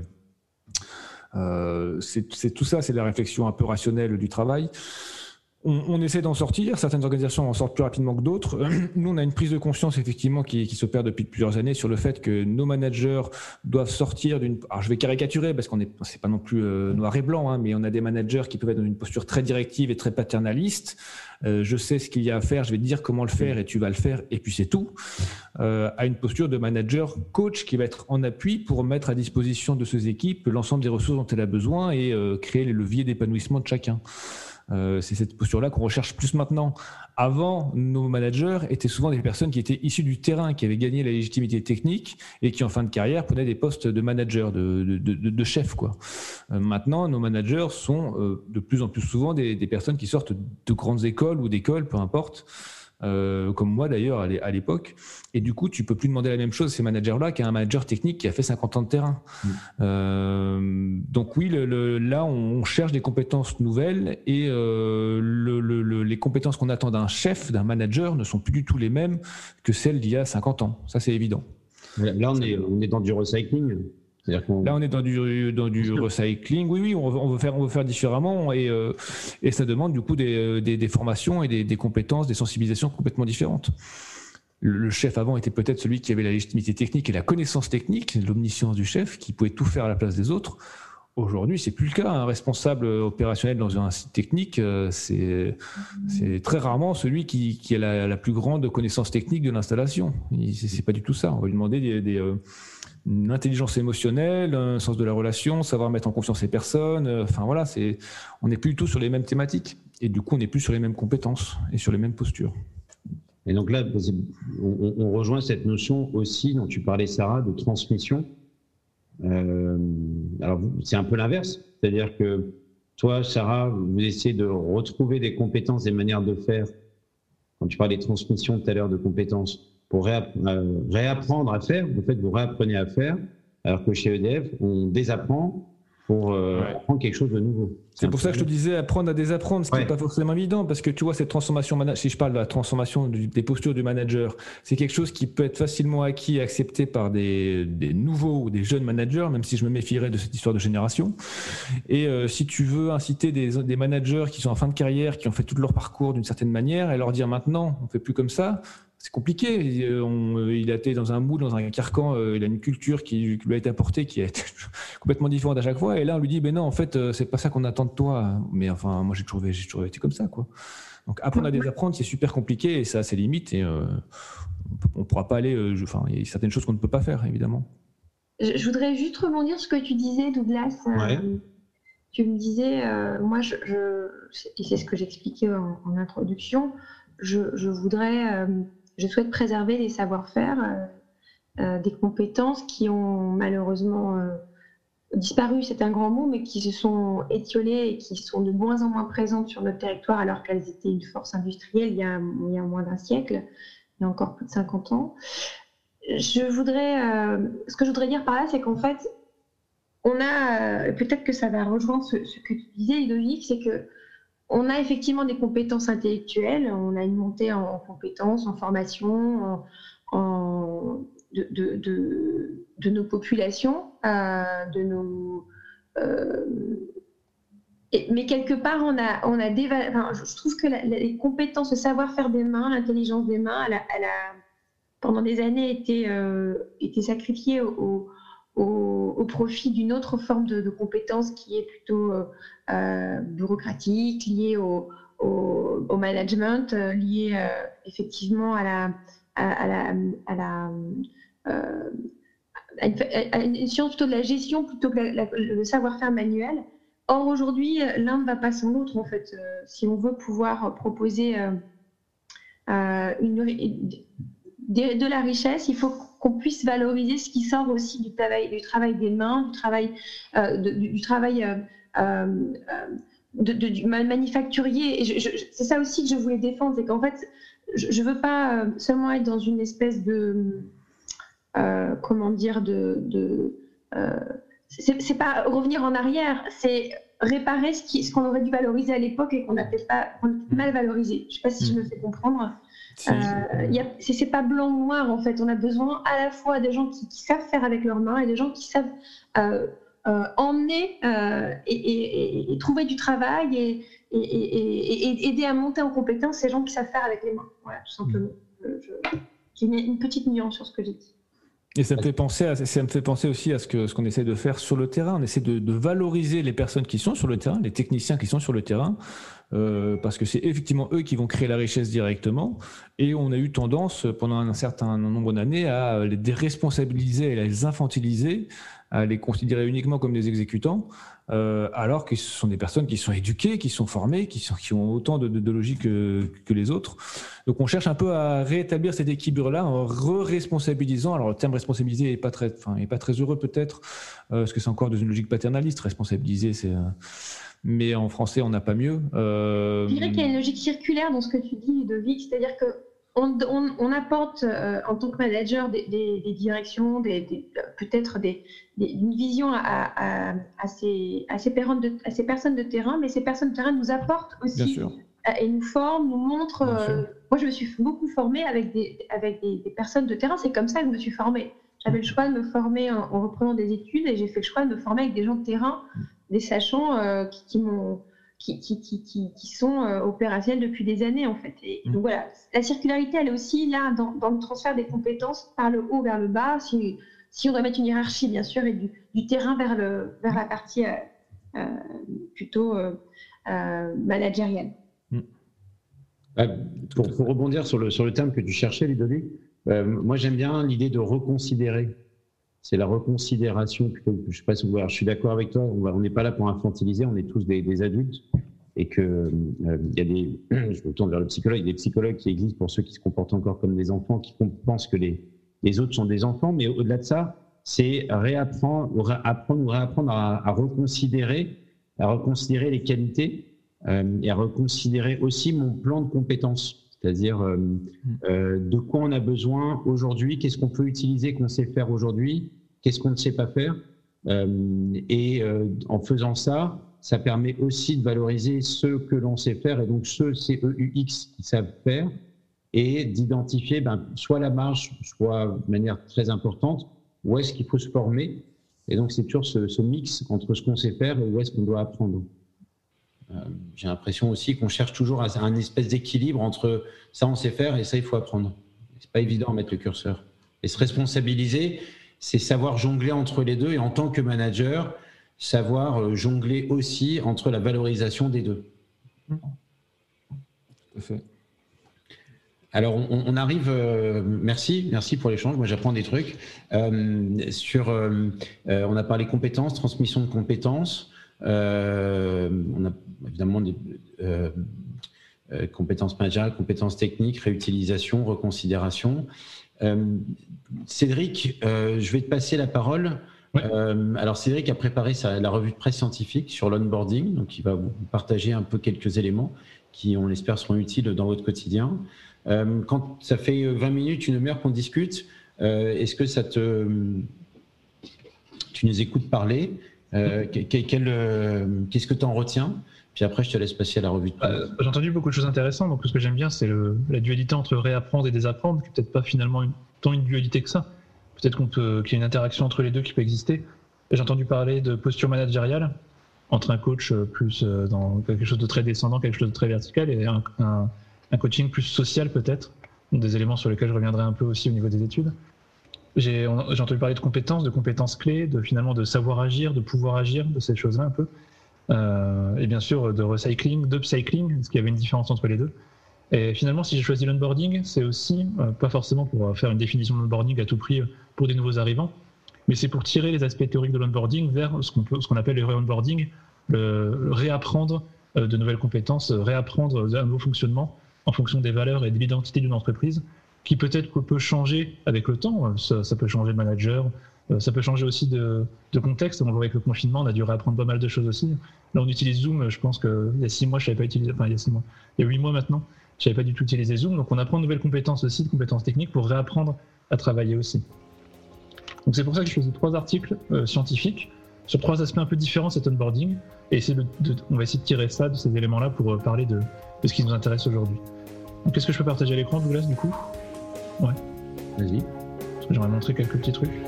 euh, c'est, c'est tout ça, c'est la réflexion un peu rationnelle du travail. On, on essaie d'en sortir, certaines organisations en sortent plus rapidement que d'autres. Nous, on a une prise de conscience effectivement qui, qui s'opère depuis plusieurs années sur le fait que nos managers doivent sortir d'une… Alors je vais caricaturer parce qu'on est, c'est pas non plus euh, noir et blanc, hein, mais on a des managers qui peuvent être dans une posture très directive et très paternaliste. Euh, je sais ce qu'il y a à faire, je vais te dire comment le faire et tu vas le faire et puis c'est tout. Euh, à une posture de manager coach qui va être en appui pour mettre à disposition de ses équipes l'ensemble des ressources dont elle a besoin et euh, créer les leviers d'épanouissement de chacun. Euh, c'est cette posture-là qu'on recherche plus maintenant. Avant, nos managers étaient souvent des personnes qui étaient issues du terrain, qui avaient gagné la légitimité technique et qui, en fin de carrière, prenaient des postes de manager, de, de, de, de chef, quoi. Euh, maintenant, nos managers sont euh, de plus en plus souvent des, des personnes qui sortent de grandes écoles ou d'écoles, peu importe. Euh, comme moi d'ailleurs à l'époque, et du coup tu peux plus demander la même chose à ces managers-là qu'à un manager technique qui a fait cinquante ans de terrain. Mmh. Euh, donc oui, le, le, là on cherche des compétences nouvelles et euh, le, le, le, les compétences qu'on attend d'un chef, d'un manager ne sont plus du tout les mêmes que celles d'il y a cinquante ans. Ça c'est évident. Là on est, on est dans du recycling. Là, on est dans du, dans du recycling. Oui, oui, on veut, on veut, faire, on veut faire différemment et, euh, et ça demande du coup des, des, des formations et des, des compétences, des sensibilisations complètement différentes. Le, le chef avant était peut-être celui qui avait la légitimité technique et la connaissance technique, l'omniscience du chef, qui pouvait tout faire à la place des autres. Aujourd'hui, c'est plus le cas. Un responsable opérationnel dans un site technique, euh, c'est, c'est très rarement celui qui, qui a la, la plus grande connaissance technique de l'installation. Il, c'est, c'est pas du tout ça. On va lui demander des, des, euh, une intelligence émotionnelle, un sens de la relation, savoir mettre en confiance les personnes. Euh, enfin voilà, c'est, on n'est plus du tout sur les mêmes thématiques. Et du coup, on n'est plus sur les mêmes compétences et sur les mêmes postures. Et donc là, on, on rejoint cette notion aussi dont tu parlais, Sarah, de transmission. Euh, alors, c'est un peu l'inverse. C'est-à-dire que toi, Sarah, vous essayez de retrouver des compétences, des manières de faire. Quand tu parlais de transmission tout à l'heure de compétences, pour réapp- euh, réapprendre à faire, en fait, vous réapprenez à faire, alors que chez E D F, on désapprend pour euh, ouais. apprendre quelque chose de nouveau. C'est, c'est pour ça que je te disais apprendre à désapprendre, ce qui n'est ouais. pas forcément évident, parce que tu vois, cette transformation, si je parle de la transformation du, des postures du manager, c'est quelque chose qui peut être facilement acquis et accepté par des, des nouveaux ou des jeunes managers, même si je me méfierais de cette histoire de génération. Et euh, si tu veux inciter des, des managers qui sont en fin de carrière, qui ont fait tout leur parcours d'une certaine manière, et leur dire maintenant, on ne fait plus comme ça, c'est compliqué. On, il a été dans un moule, dans un carcan. Euh, il a une culture qui, qui lui a été apportée, qui est complètement différente à chaque fois. Et là, on lui dit, ben non, en fait, c'est pas ça qu'on attend de toi. Mais enfin, moi, j'ai toujours, j'ai toujours été comme ça, quoi. Donc, apprendre à désapprendre, c'est super compliqué et ça a ses limites. Et euh, on ne pourra pas aller. Euh, je, enfin, il y a certaines choses qu'on ne peut pas faire, évidemment. Je, je voudrais juste rebondir sur ce que tu disais, Douglas. Ouais. Euh, tu me disais, euh, moi, je, je, et c'est ce que j'expliquais en, en introduction. Je, je voudrais. Euh, Je souhaite préserver les savoir-faire, euh, euh, des compétences qui ont malheureusement euh, disparu, c'est un grand mot, mais qui se sont étiolées et qui sont de moins en moins présentes sur notre territoire alors qu'elles étaient une force industrielle il y a, il y a moins d'un siècle, il y a encore plus de cinquante ans. Je voudrais, euh, ce que je voudrais dire par là, c'est qu'en fait, on a, euh, peut-être que ça va rejoindre ce, ce que tu disais, Ludovic, c'est que on a effectivement des compétences intellectuelles, on a une montée en compétences, en formation, en, en, de, de, de, de nos populations, euh, de nos, euh, et, mais quelque part, on a, on a des, enfin, je trouve que la, les compétences, le savoir-faire des mains, l'intelligence des mains, elle a, elle a pendant des années été, euh, été sacrifiée au, au, au profit d'une autre forme de, de compétence qui est plutôt euh, euh, bureaucratique, liée au, au, au management, euh, liée euh, effectivement à la, à, à la, à la euh, à une, à une science plutôt de la gestion plutôt que la, la, le savoir-faire manuel. Or aujourd'hui, l'un ne va pas sans l'autre en fait. Euh, si on veut pouvoir proposer euh, euh, une, une De, de la richesse, il faut qu'on puisse valoriser ce qui sort aussi du travail, du travail des mains, du travail, euh, de, du, du travail euh, euh, de, de, du manufacturier. Et je, je, c'est ça aussi que je voulais défendre, c'est qu'en fait, je ne veux pas seulement être dans une espèce de, euh, comment dire, de, de euh, c'est, c'est pas revenir en arrière, c'est réparer ce, qui, ce qu'on aurait dû valoriser à l'époque et qu'on a peut-être pas, qu'on a mal valorisé. Je ne sais pas si je me fais comprendre. Si. Euh, y a, c'est, c'est pas blanc ou noir en fait. On a besoin à la fois des gens qui, qui savent faire avec leurs mains et des gens qui savent euh, euh, emmener euh, et, et, et, et trouver du travail et, et, et, et aider à monter en compétence ces gens qui savent faire avec les mains. Voilà, tout simplement. Mmh. Je, je, j'ai une, une petite nuance sur ce que j'ai dit. Et ça me fait penser, à, ça me fait penser aussi à ce, que, ce qu'on essaie de faire sur le terrain. On essaie de, de valoriser les personnes qui sont sur le terrain, les techniciens qui sont sur le terrain, euh, parce que c'est effectivement eux qui vont créer la richesse directement. Et on a eu tendance, pendant un certain nombre d'années, à les déresponsabiliser, à les infantiliser, à les considérer uniquement comme des exécutants, euh, alors que ce sont des personnes qui sont éduquées, qui sont formées, qui, sont, qui ont autant de, de, de logique que, que les autres. Donc on cherche un peu à rétablir cet équilibre-là en re-responsabilisant. Alors le terme responsabiliser n'est pas très, enfin, est pas très heureux peut-être, euh, parce que c'est encore dans une logique paternaliste. Responsabiliser, c'est... Euh... Mais en français, on n'a pas mieux. Euh... Je dirais qu'il y a une logique circulaire dans ce que tu dis, Ludovic, c'est-à-dire que On, on, on apporte euh, en tant que manager des, des, des directions, des, des, peut-être des, des, une vision à, à, à, ces, à, ces de, à ces personnes de terrain, mais ces personnes de terrain nous apportent aussi euh, et nous forment, nous montrent. Euh, moi, je me suis beaucoup formée avec, des, avec des, des personnes de terrain, c'est comme ça que je me suis formée. J'avais le choix de me former en, en reprenant des études et j'ai fait le choix de me former avec des gens de terrain, des sachants euh, qui, qui m'ont... Qui, qui, qui, qui, qui sont euh, opérationnels depuis des années en fait. Et donc voilà, la circularité elle est aussi là dans, dans le transfert des compétences par le haut vers le bas. Si, si on doit mettre une hiérarchie, bien sûr, et du, du terrain vers, le, vers la partie euh, euh, plutôt euh, euh, managérielle. Euh, pour, pour rebondir sur le, sur le terme que tu cherchais, Ludovic, euh, moi j'aime bien l'idée de reconsidérer. C'est la reconsidération plutôt que, je sais pas si on va, je suis d'accord avec toi, on n'est pas là pour infantiliser, on est tous des, des adultes et que euh, il y a des, je me tourne vers le psychologue, il y a des psychologues qui existent pour ceux qui se comportent encore comme des enfants, qui pensent que les, les autres sont des enfants, mais au-delà de ça, c'est réapprendre, ou réapprendre, ou réapprendre à, à reconsidérer, à reconsidérer les qualités euh, et à reconsidérer aussi mon plan de compétences. C'est-à-dire euh, euh, de quoi on a besoin aujourd'hui, qu'est-ce qu'on peut utiliser, qu'on sait faire aujourd'hui, qu'est-ce qu'on ne sait pas faire. Euh, et euh, en faisant ça, ça permet aussi de valoriser ce que l'on sait faire, et donc ceux C E U X qui savent faire, et d'identifier ben, soit la marge, soit de manière très importante, où est-ce qu'il faut se former. Et donc c'est toujours ce, ce mix entre ce qu'on sait faire et où est-ce qu'on doit apprendre. Euh, j'ai l'impression aussi qu'on cherche toujours à un espèce d'équilibre entre ça on sait faire et ça il faut apprendre. C'est pas évident à mettre le curseur. Et se responsabiliser, c'est savoir jongler entre les deux, et en tant que manager, savoir jongler aussi entre la valorisation des deux. Tout à fait. Alors on, on arrive, euh, merci, merci pour l'échange, moi j'apprends des trucs. Euh, sur, euh, euh, on a parlé compétences, transmission de compétences. Euh, on a évidemment des euh, euh, compétences managériales, compétences techniques, réutilisation, reconsidération. Euh, Cédric, euh, je vais te passer la parole. Oui. Euh, alors Cédric a préparé sa, la revue de presse scientifique sur l'onboarding, donc il va vous partager un peu quelques éléments qui, on l'espère, seront utiles dans votre quotidien. Euh, quand ça fait vingt minutes, une demi-heure qu'on discute, euh, est-ce que ça te, tu nous écoutes parler? Euh, quel, quel, euh, qu'est-ce que tu en retiens? Puis après, je te laisse passer à la revue de presse. Euh, j'ai entendu beaucoup de choses intéressantes. Donc, ce que j'aime bien, c'est le, la dualité entre réapprendre et désapprendre, qui n'est peut-être pas finalement une, tant une dualité que ça. Peut-être qu'on peut, qu'il y a une interaction entre les deux qui peut exister. Et j'ai entendu parler de posture managériale, entre un coach plus dans quelque chose de très descendant, quelque chose de très vertical, et un, un, un coaching plus social peut-être. Donc, des éléments sur lesquels je reviendrai un peu aussi au niveau des études. J'ai, on, j'ai entendu parler de compétences, de compétences clés, de finalement de savoir agir, de pouvoir agir, de ces choses-là un peu. Euh, et bien sûr de recycling, d'upcycling, parce qu'il y avait une différence entre les deux. Et finalement, si j'ai choisi l'onboarding, c'est aussi, euh, pas forcément pour faire une définition de l'onboarding à tout prix pour des nouveaux arrivants, mais c'est pour tirer les aspects théoriques de l'onboarding vers ce qu'on, peut, ce qu'on appelle le re-onboarding, le, le réapprendre euh, de nouvelles compétences, réapprendre un nouveau fonctionnement en fonction des valeurs et de l'identité d'une entreprise, qui peut-être peut changer avec le temps. Ça, ça peut changer de manager, ça peut changer aussi de, de contexte. On le voit avec le confinement, on a dû réapprendre pas mal de choses aussi. Là, on utilise Zoom, je pense qu'il y a six mois, je ne savais pas utiliser, enfin il y a six mois, il y a huit mois maintenant, je ne savais pas du tout utiliser Zoom. Donc on apprend de nouvelles compétences aussi, de compétences techniques pour réapprendre à travailler aussi. Donc c'est pour ça que je choisis trois articles euh, scientifiques sur trois aspects un peu différents de cet onboarding. Et essayer de, de, on va essayer de tirer ça, de ces éléments-là, pour euh, parler de, de ce qui nous intéresse aujourd'hui. Donc est-ce que je peux partager l'écran, Douglas, du coup? Ouais. Vas-y. Parce que j'aimerais montrer quelques petits trucs.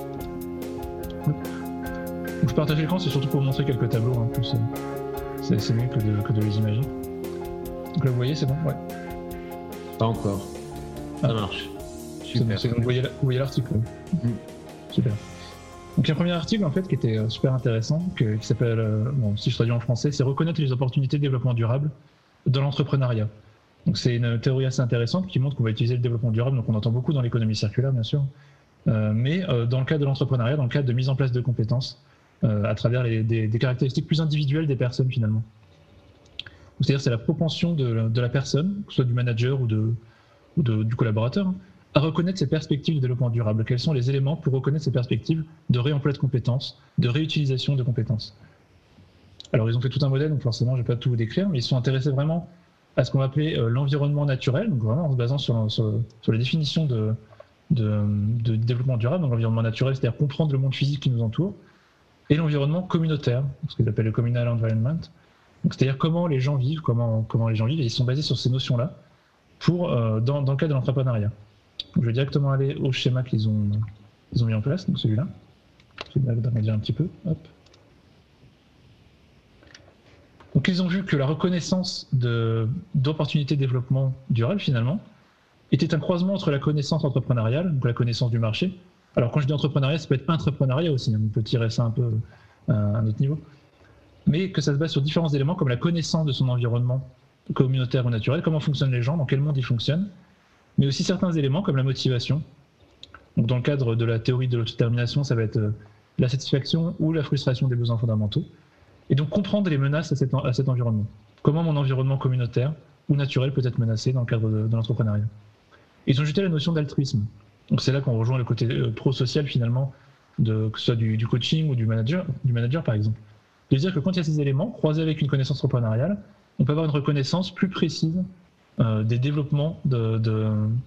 Donc, je partage l'écran, c'est surtout pour montrer quelques tableaux. En plus, c'est, c'est mieux que de, que de les imaginer. Donc là, vous voyez, c'est bon? Ouais. Pas encore. Ah. Ça marche. Super. C'est bon, c'est, donc, vous, voyez, vous voyez l'article. Mm. Super. Donc, il y a un premier article en fait qui était super intéressant, que, qui s'appelle, euh, bon, si je traduis en français, c'est reconnaître les opportunités de développement durable dans l'entrepreneuriat. Donc c'est une théorie assez intéressante qui montre qu'on va utiliser le développement durable, donc on entend beaucoup dans l'économie circulaire bien sûr, euh, mais euh, dans le cadre de l'entrepreneuriat, dans le cadre de mise en place de compétences, euh, à travers les, des, des caractéristiques plus individuelles des personnes finalement. Donc, c'est-à-dire c'est la propension de, de la personne, que ce soit du manager ou, de, ou de, du collaborateur, hein, à reconnaître ses perspectives de développement durable. Quels sont les éléments pour reconnaître ces perspectives de réemploi de compétences, de réutilisation de compétences. Alors ils ont fait tout un modèle, donc forcément je ne vais pas tout vous décrire, mais ils sont intéressés vraiment à ce qu'on va appeler euh, l'environnement naturel, donc vraiment en se basant sur, sur, sur la définition de, de, de développement durable. Donc l'environnement naturel, c'est-à-dire comprendre le monde physique qui nous entoure, et l'environnement communautaire, ce qu'ils appellent le communal environment, donc c'est-à-dire comment les gens vivent, comment, comment les gens vivent, et ils sont basés sur ces notions-là pour, euh, dans, dans le cadre de l'entrepreneuriat. Donc je vais directement aller au schéma qu'ils ont, ils ont mis en place, donc celui-là. Je vais agrandir un petit peu, hop. Donc ils ont vu que la reconnaissance de, d'opportunités de développement durable finalement était un croisement entre la connaissance entrepreneuriale, donc la connaissance du marché, Alors quand je dis entrepreneuriat, ça peut être intrapreneuriat aussi, hein, on peut tirer ça un peu à un autre niveau. Mais que ça se base sur différents éléments comme la connaissance de son environnement communautaire ou naturel, comment fonctionnent les gens, dans quel monde ils fonctionnent, mais aussi certains éléments comme la motivation. Donc dans le cadre de la théorie de l'autodétermination, ça va être la satisfaction ou la frustration des besoins fondamentaux. Et donc comprendre les menaces à cet, à cet environnement. Comment mon environnement communautaire ou naturel peut être menacé dans le cadre de, de l'entrepreneuriat. Ils ont ajouté la notion d'altruisme. Donc c'est là qu'on rejoint le côté euh, pro-social finalement, de, que ce soit du, du coaching ou du manager, du manager par exemple. De dire que quand il y a ces éléments, croisés avec une connaissance entrepreneuriale, on peut avoir une reconnaissance plus précise euh, des développements de, de,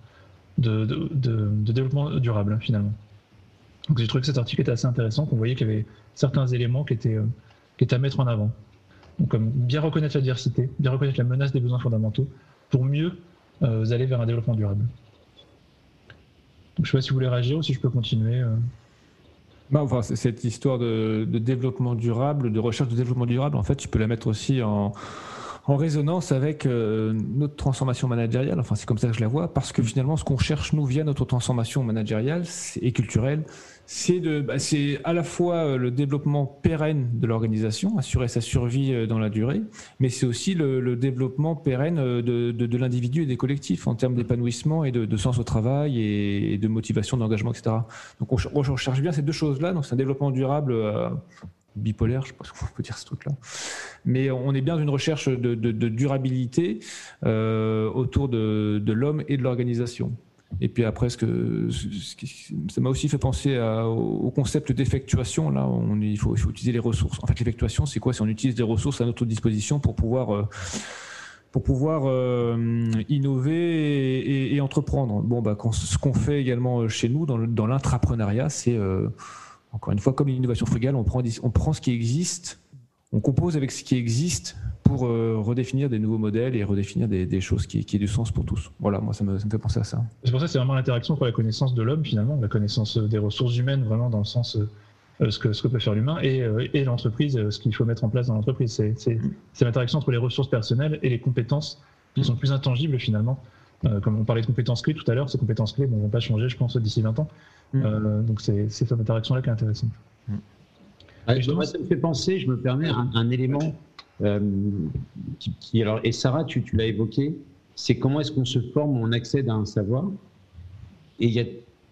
de, de, de, de développement durable finalement. Donc j'ai trouvé que cet article était assez intéressant, qu'on voyait qu'il y avait certains éléments qui étaient, euh, qui étaient à mettre en avant. Donc comme bien reconnaître la diversité, bien reconnaître la menace des besoins fondamentaux, pour mieux euh, aller vers un développement durable. Donc, je ne sais pas si vous voulez réagir ou si je peux continuer. Euh... Bah, enfin, cette histoire de, de développement durable, de recherche de développement durable, en fait, tu peux la mettre aussi en, en résonance avec euh, notre transformation managériale. Enfin, c'est comme ça que je la vois, parce que finalement, ce qu'on cherche, nous, via notre transformation managériale et culturelle, c'est, de, bah, c'est à la fois le développement pérenne de l'organisation, assurer sa survie dans la durée, mais c'est aussi le, le développement pérenne de, de, de l'individu et des collectifs en termes d'épanouissement et de, de sens au travail et de motivation, d'engagement, et cetera. Donc on, on recherche bien ces deux choses-là. Donc c'est un développement durable euh, bipolaire, je ne sais pas ce qu'on peut dire ce truc-là. Mais on est bien dans une recherche de, de, de durabilité euh, autour de, de l'homme et de l'organisation. Et puis après, ce que, ce qui, ça m'a aussi fait penser à, au concept d'effectuation. Là, on, il, faut, il faut utiliser les ressources. En fait, l'effectuation, c'est quoi? C'est on utilise des ressources à notre disposition pour pouvoir, euh, pour pouvoir euh, innover et, et, et entreprendre. Bon, bah, quand, ce qu'on fait également chez nous, dans, le, dans l'intrapreneuriat, c'est, euh, encore une fois, comme l'innovation frugale, on prend, on prend ce qui existe, on compose avec ce qui existe pour euh, redéfinir des nouveaux modèles et redéfinir des, des choses qui, qui aient du sens pour tous. Voilà, moi, ça me, ça me fait penser à ça. C'est pour ça que c'est vraiment l'interaction entre la connaissance de l'homme, finalement, la connaissance des ressources humaines, vraiment dans le sens euh, ce, que, ce que peut faire l'humain, et, euh, et l'entreprise, euh, ce qu'il faut mettre en place dans l'entreprise. C'est, c'est, c'est l'interaction entre les ressources personnelles et les compétences qui sont plus intangibles, finalement. Euh, comme on parlait de compétences clés tout à l'heure, ces compétences clés ne vont pas changer, je pense, d'ici vingt ans. Euh, donc c'est, c'est cette interaction-là qui est intéressante. Ouais, moi, ça me fait penser, je me permets, un, un élément... Euh, qui, qui, alors, et Sarah, tu, tu l'as évoqué, c'est comment est-ce qu'on se forme, on accède à un savoir. Et il y a,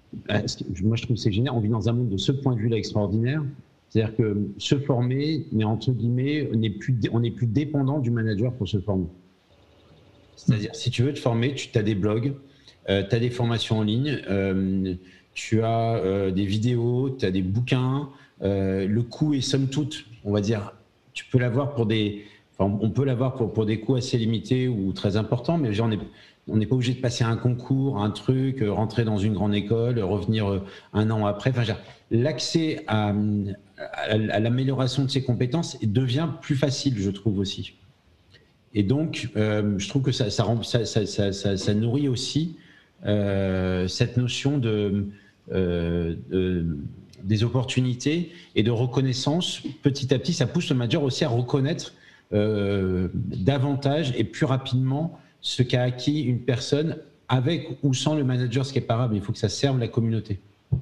moi je trouve que c'est génial, on vit dans un monde de ce point de vue-là extraordinaire, c'est-à-dire que se former, mais entre guillemets, on n'est plus, on n'est plus dépendant du manager pour se former. C'est-à-dire, si tu veux te former, tu as des blogs, euh, tu as des formations en ligne, euh, tu as euh, des vidéos, tu as des bouquins, euh, le coût est somme toute, on va dire, tu peux l'avoir pour des, enfin, on peut l'avoir pour, pour des coûts assez limités ou très importants, mais genre on n'est on n'est pas obligé de passer un concours, un truc, rentrer dans une grande école, revenir un an après. Enfin, genre, l'accès à, à, à l'amélioration de ses compétences devient plus facile, je trouve aussi. Et donc, euh, je trouve que ça, ça, ça, ça, ça, ça, ça nourrit aussi euh, cette notion de, euh, de des opportunités et de reconnaissance. Petit à petit, ça pousse le manager aussi à reconnaître euh, davantage et plus rapidement ce qu'a acquis une personne avec ou sans le manager, ce qui est pas grave, mais il faut que ça serve la communauté.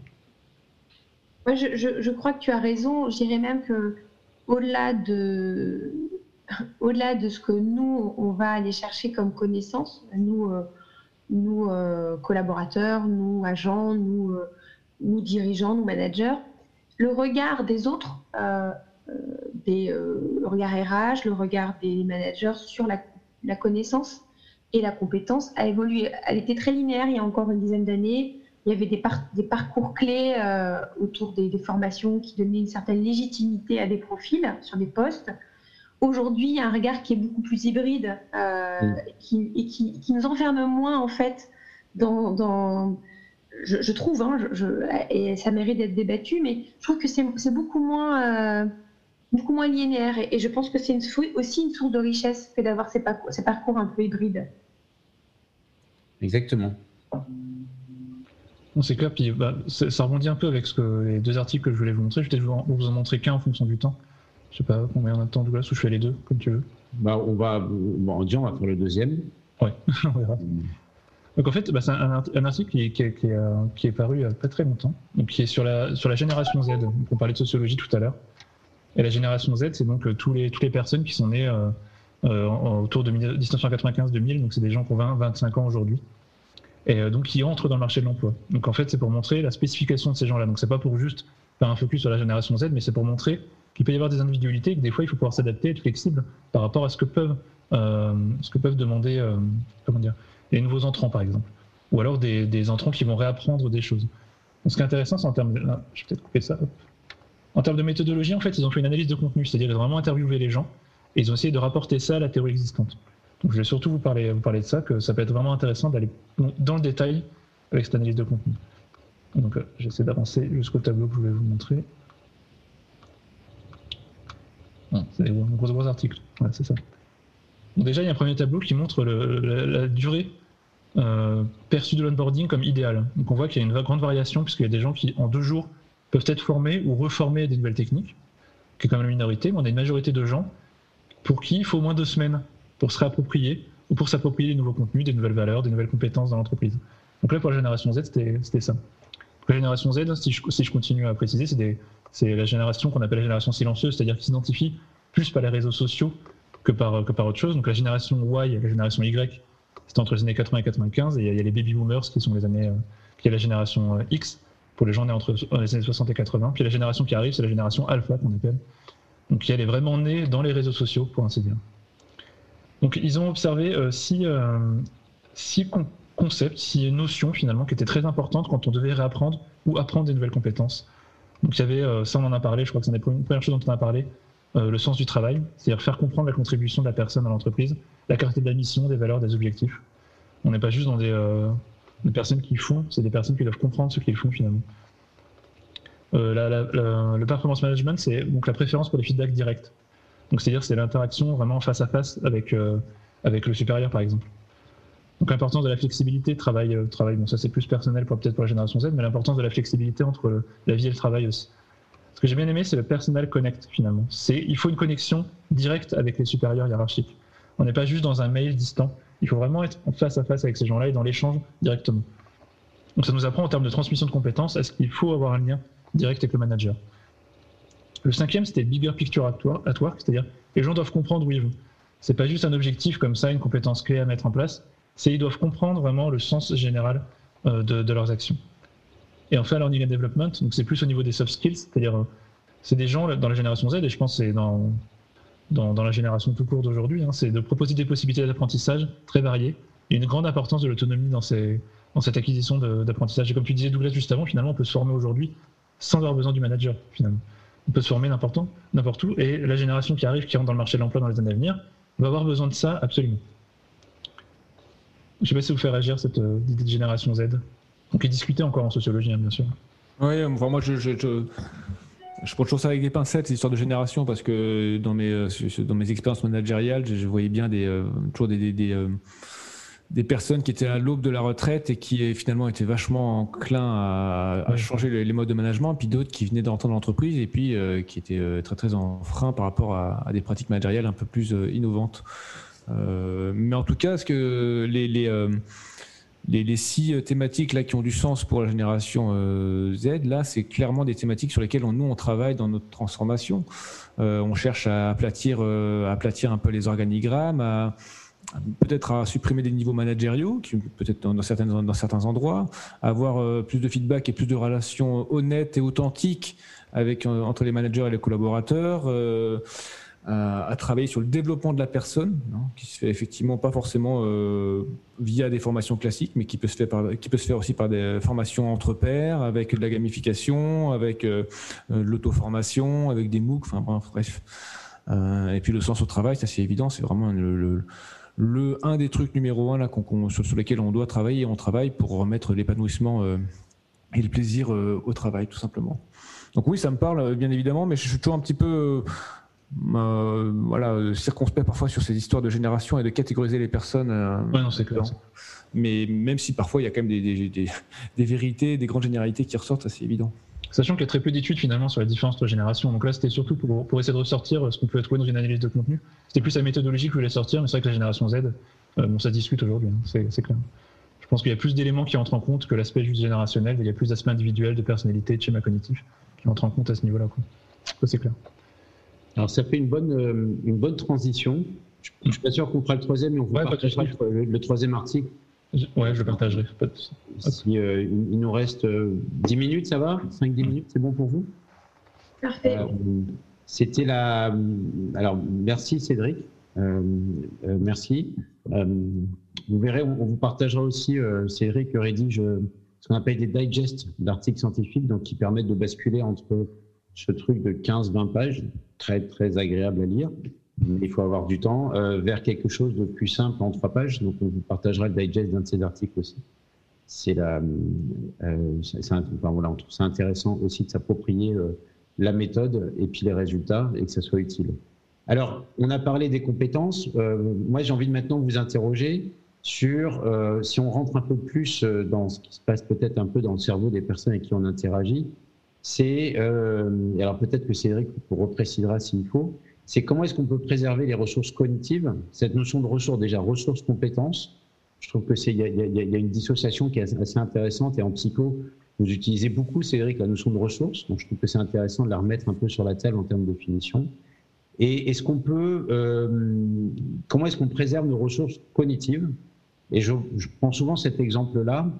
Moi, je, je, je crois que tu as raison. Je dirais même que au-delà de, au-delà de ce que nous, on va aller chercher comme connaissance, nous, euh, nous euh, collaborateurs, nous agents, nous... Euh, nous dirigeants, nous managers, le regard des autres, euh, euh, des, euh, le regard R H, le regard des managers sur la, la connaissance et la compétence a évolué. Elle était très linéaire il y a encore une dizaine d'années. Il y avait des, par, des parcours clés euh, autour des, des formations qui donnaient une certaine légitimité à des profils sur des postes. Aujourd'hui, il y a un regard qui est beaucoup plus hybride euh, mmh. et, qui, et qui, qui nous enferme moins en fait dans... dans Je, je trouve, hein, je, je, et ça mérite d'être débattu, mais je trouve que c'est, c'est beaucoup moins, euh, beaucoup moins linéaire. Et, et je pense que c'est une, aussi une source de richesse que d'avoir ces parcours, ces parcours un peu hybrides. Exactement. Bon, c'est clair, puis bah, ça rebondit un peu avec ce que, les deux articles que je voulais vous montrer. Je vais peut-être vous en montrer qu'un en fonction du temps. Je sais pas combien on a de temps, Douglas, ou je fais les deux, comme tu veux. Bah, on va, bon, on va faire le deuxième. Ouais, on verra. Donc en fait, bah, c'est un, un article qui, qui, qui, est, qui est paru il n'y a pas très longtemps, donc qui est sur la, sur la génération Z. Donc on parlait de sociologie tout à l'heure. Et la génération Z, c'est donc tous les, toutes les personnes qui sont nées euh, euh, autour de dix-neuf cent quatre-vingt-quinze deux mille, donc c'est des gens qui ont vingt à vingt-cinq ans aujourd'hui, et euh, donc qui entrent dans le marché de l'emploi. Donc en fait, c'est pour montrer la spécification de ces gens-là. Donc c'est pas pour juste faire un focus sur la génération Z, mais c'est pour montrer qu'il peut y avoir des individualités et que des fois, il faut pouvoir s'adapter, être flexible par rapport à ce que peuvent, euh, ce que peuvent demander euh, comment dire, les nouveaux entrants, par exemple. Ou alors des, des entrants qui vont réapprendre des choses. Donc, ce qui est intéressant, c'est en termes de... Ah, je vais peut-être couper ça. Hop. En termes de méthodologie, en fait, ils ont fait une analyse de contenu, c'est-à-dire ils ont vraiment interviewé les gens et ils ont essayé de rapporter ça à la théorie existante. Donc, je vais surtout vous parler, vous parler de ça, que ça peut être vraiment intéressant d'aller dans le détail avec cette analyse de contenu. Donc, euh, j'essaie d'avancer jusqu'au tableau que je voulais vous montrer. Non, c'est des gros, gros articles. Ouais, c'est ça. Donc déjà, il y a un premier tableau qui montre le, la, la durée euh, perçue de l'onboarding comme idéale. Donc on voit qu'il y a une grande variation puisqu'il y a des gens qui, en deux jours, peuvent être formés ou reformés à des nouvelles techniques, qui est quand même la minorité, mais on a une majorité de gens pour qui il faut au moins deux semaines pour se réapproprier ou pour s'approprier des nouveaux contenus, des nouvelles valeurs, des nouvelles compétences dans l'entreprise. Donc là, pour la génération Z, c'était, c'était ça. Pour la génération Z, si je, si je continue à préciser, c'est, des, c'est la génération qu'on appelle la génération silencieuse, c'est-à-dire qui s'identifie plus par les réseaux sociaux que par, que par autre chose. Donc la génération Y et la génération Y, c'était entre les années quatre-vingts et quatre-vingt-quinze, et il y a les baby boomers qui sont les années, euh, qui est la génération euh, X, pour les gens nés entre les années soixante et quatre-vingts. Puis la génération qui arrive, c'est la génération alpha qu'on appelle. Donc qui elle est vraiment née dans les réseaux sociaux, pour ainsi dire. Donc ils ont observé euh, six, euh, six con- concepts, six notions finalement qui étaient très importantes quand on devait réapprendre ou apprendre des nouvelles compétences. Donc il y avait, euh, ça on en a parlé, je crois que c'est la première chose dont on a parlé, Euh, le sens du travail, c'est-à-dire faire comprendre la contribution de la personne à l'entreprise, la clarté de la mission, des valeurs, des objectifs. On n'est pas juste dans des, euh, des personnes qui font, c'est des personnes qui doivent comprendre ce qu'ils font finalement. Euh, la, la, la, le performance management, c'est donc la préférence pour les feedbacks directs. Donc c'est-à-dire c'est l'interaction vraiment face à face avec, euh, avec le supérieur par exemple. Donc l'importance de la flexibilité, travail, euh, travail, bon ça c'est plus personnel pour, peut-être pour la génération Z, mais l'importance de la flexibilité entre le, la vie et le travail aussi. Ce que j'ai bien aimé, c'est le personal connect, finalement. C'est, il faut une connexion directe avec les supérieurs hiérarchiques. On n'est pas juste dans un mail distant. Il faut vraiment être en face à face avec ces gens-là et dans l'échange directement. Donc ça nous apprend en termes de transmission de compétences, est-ce qu'il faut avoir un lien direct avec le manager. Le cinquième, c'était bigger picture at work, c'est-à-dire les gens doivent comprendre où ils vont. C'est pas juste un objectif comme ça, une compétence clé à mettre en place, c'est ils doivent comprendre vraiment le sens général euh, de, de leurs actions. Et enfin, learning and development, donc c'est plus au niveau des soft skills, c'est-à-dire euh, c'est des gens dans la génération Z, et je pense que c'est dans, dans, dans la génération tout court d'aujourd'hui, hein, c'est de proposer des possibilités d'apprentissage très variées, et une grande importance de l'autonomie dans, ces, dans cette acquisition de, d'apprentissage. Et comme tu disais Douglas juste avant, finalement on peut se former aujourd'hui sans avoir besoin du manager, finalement. On peut se former n'importe où, n'importe où, et la génération qui arrive, qui rentre dans le marché de l'emploi dans les années à venir, va avoir besoin de ça absolument. Je ne sais pas si ça vous fait réagir cette euh, idée de génération Z. Donc, il discutait encore en sociologie, hein, bien sûr. Oui, enfin, moi, je, je, je, je prends toujours ça avec des pincettes, ces histoires de génération, parce que dans mes, dans mes expériences managériales, je, je voyais bien des, euh, toujours des, des, des, euh, des personnes qui étaient à l'aube de la retraite et qui finalement étaient vachement enclins à, à changer les, les modes de management, puis d'autres qui venaient d'entrer dans l'entreprise et puis euh, qui étaient euh, très, très en frein par rapport à, à des pratiques managériales un peu plus euh, innovantes. Euh, mais en tout cas, ce que les... les euh, Les, les six thématiques là qui ont du sens pour la génération euh, Z, là, c'est clairement des thématiques sur lesquelles on, nous on travaille dans notre transformation. Euh, on cherche à aplatir, euh, à aplatir un peu les organigrammes, à, à, peut-être à supprimer des niveaux managériaux, qui, peut-être dans, dans, certaines, dans certains endroits, à avoir euh, plus de feedback et plus de relations honnêtes et authentiques avec, euh, entre les managers et les collaborateurs. Euh, À, à travailler sur le développement de la personne, hein, qui se fait effectivement pas forcément euh, via des formations classiques, mais qui peut se faire par, qui peut se faire aussi par des formations entre pairs, avec de la gamification, avec euh, de l'auto-formation, avec des MOOC, enfin bref. Euh, et puis le sens au travail, ça c'est évident, c'est vraiment le, le, le un des trucs numéro un là qu'on, qu'on, sur, sur lesquels on doit travailler. On travaille pour remettre l'épanouissement euh, et le plaisir euh, au travail, tout simplement. Donc oui, ça me parle bien évidemment, mais je suis toujours un petit peu Euh, voilà, circonspect parfois sur ces histoires de génération et de catégoriser les personnes. Euh, ouais, non, c'est clair. Mais même si parfois il y a quand même des, des, des, des vérités, des grandes généralités qui ressortent, c'est évident. Sachant qu'il y a très peu d'études finalement sur la différence entre générations. Donc là, c'était surtout pour, pour essayer de ressortir ce qu'on pouvait trouver dans une analyse de contenu. C'était plus la méthodologie que je voulais sortir, mais c'est vrai que la génération Z, euh, bon, ça se discute aujourd'hui, hein, c'est, c'est clair. Je pense qu'il y a plus d'éléments qui entrent en compte que l'aspect juste générationnel. Il y a plus d'aspects individuels, de personnalité, de schéma cognitif qui entrent en compte à ce niveau-là. Quoi. Ça, c'est clair. Alors, ça fait une bonne, euh, une bonne transition. Je ne suis pas sûr qu'on fera le troisième, mais on vous ouais, partagera le, le troisième article. Je, ouais, je le partagerai. Pas de... si, euh, il nous reste euh, dix minutes, ça va ? cinq dix minutes, c'est bon pour vous ? Parfait. Euh, c'était la... Alors, merci Cédric. Euh, euh, merci. Euh, vous verrez, on, on vous partagera aussi, euh, Cédric rédige euh, ce qu'on appelle des digests d'articles scientifiques, donc qui permettent de basculer entre ce truc de quinze vingt pages, très, très agréable à lire, mais il faut avoir du temps, euh, vers quelque chose de plus simple en trois pages. Donc, on vous partagera le digest d'un de ces articles aussi. C'est la, euh, c'est un, enfin, voilà, on trouve ça intéressant aussi de s'approprier euh, la méthode et puis les résultats et que ça soit utile. Alors, on a parlé des compétences. Euh, moi, j'ai envie de maintenant vous interroger sur, euh, si on rentre un peu plus dans ce qui se passe peut-être un peu dans le cerveau des personnes avec qui on interagit, c'est, euh, alors peut-être que Cédric vous reprécisera s'il faut, c'est comment est-ce qu'on peut préserver les ressources cognitives, cette notion de ressources, déjà ressources compétences. Je trouve que c'est, il y a, y a, y a une dissociation qui est assez intéressante et en psycho, vous utilisez beaucoup, Cédric, la notion de ressources, donc je trouve que c'est intéressant de la remettre un peu sur la table en termes de définition. Et est-ce qu'on peut, euh, comment est-ce qu'on préserve nos ressources cognitives ? Et je, je prends souvent cet exemple-là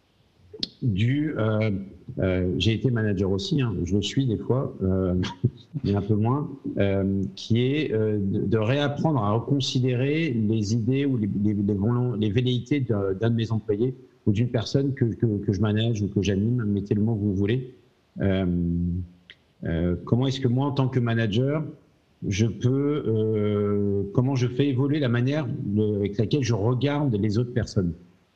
du, euh, euh, j'ai été manager aussi, hein, je le suis des fois, euh, mais un peu moins, euh, qui est euh, de, de réapprendre à reconsidérer les idées ou les, les, les, les velléités d'un, d'un de mes employés ou d'une personne que, que, que je manage ou que j'anime, mettez le mot que vous voulez. Euh, euh, comment est-ce que moi, en tant que manager, je peux, euh, comment je fais évoluer la manière de, avec laquelle je regarde les autres personnes.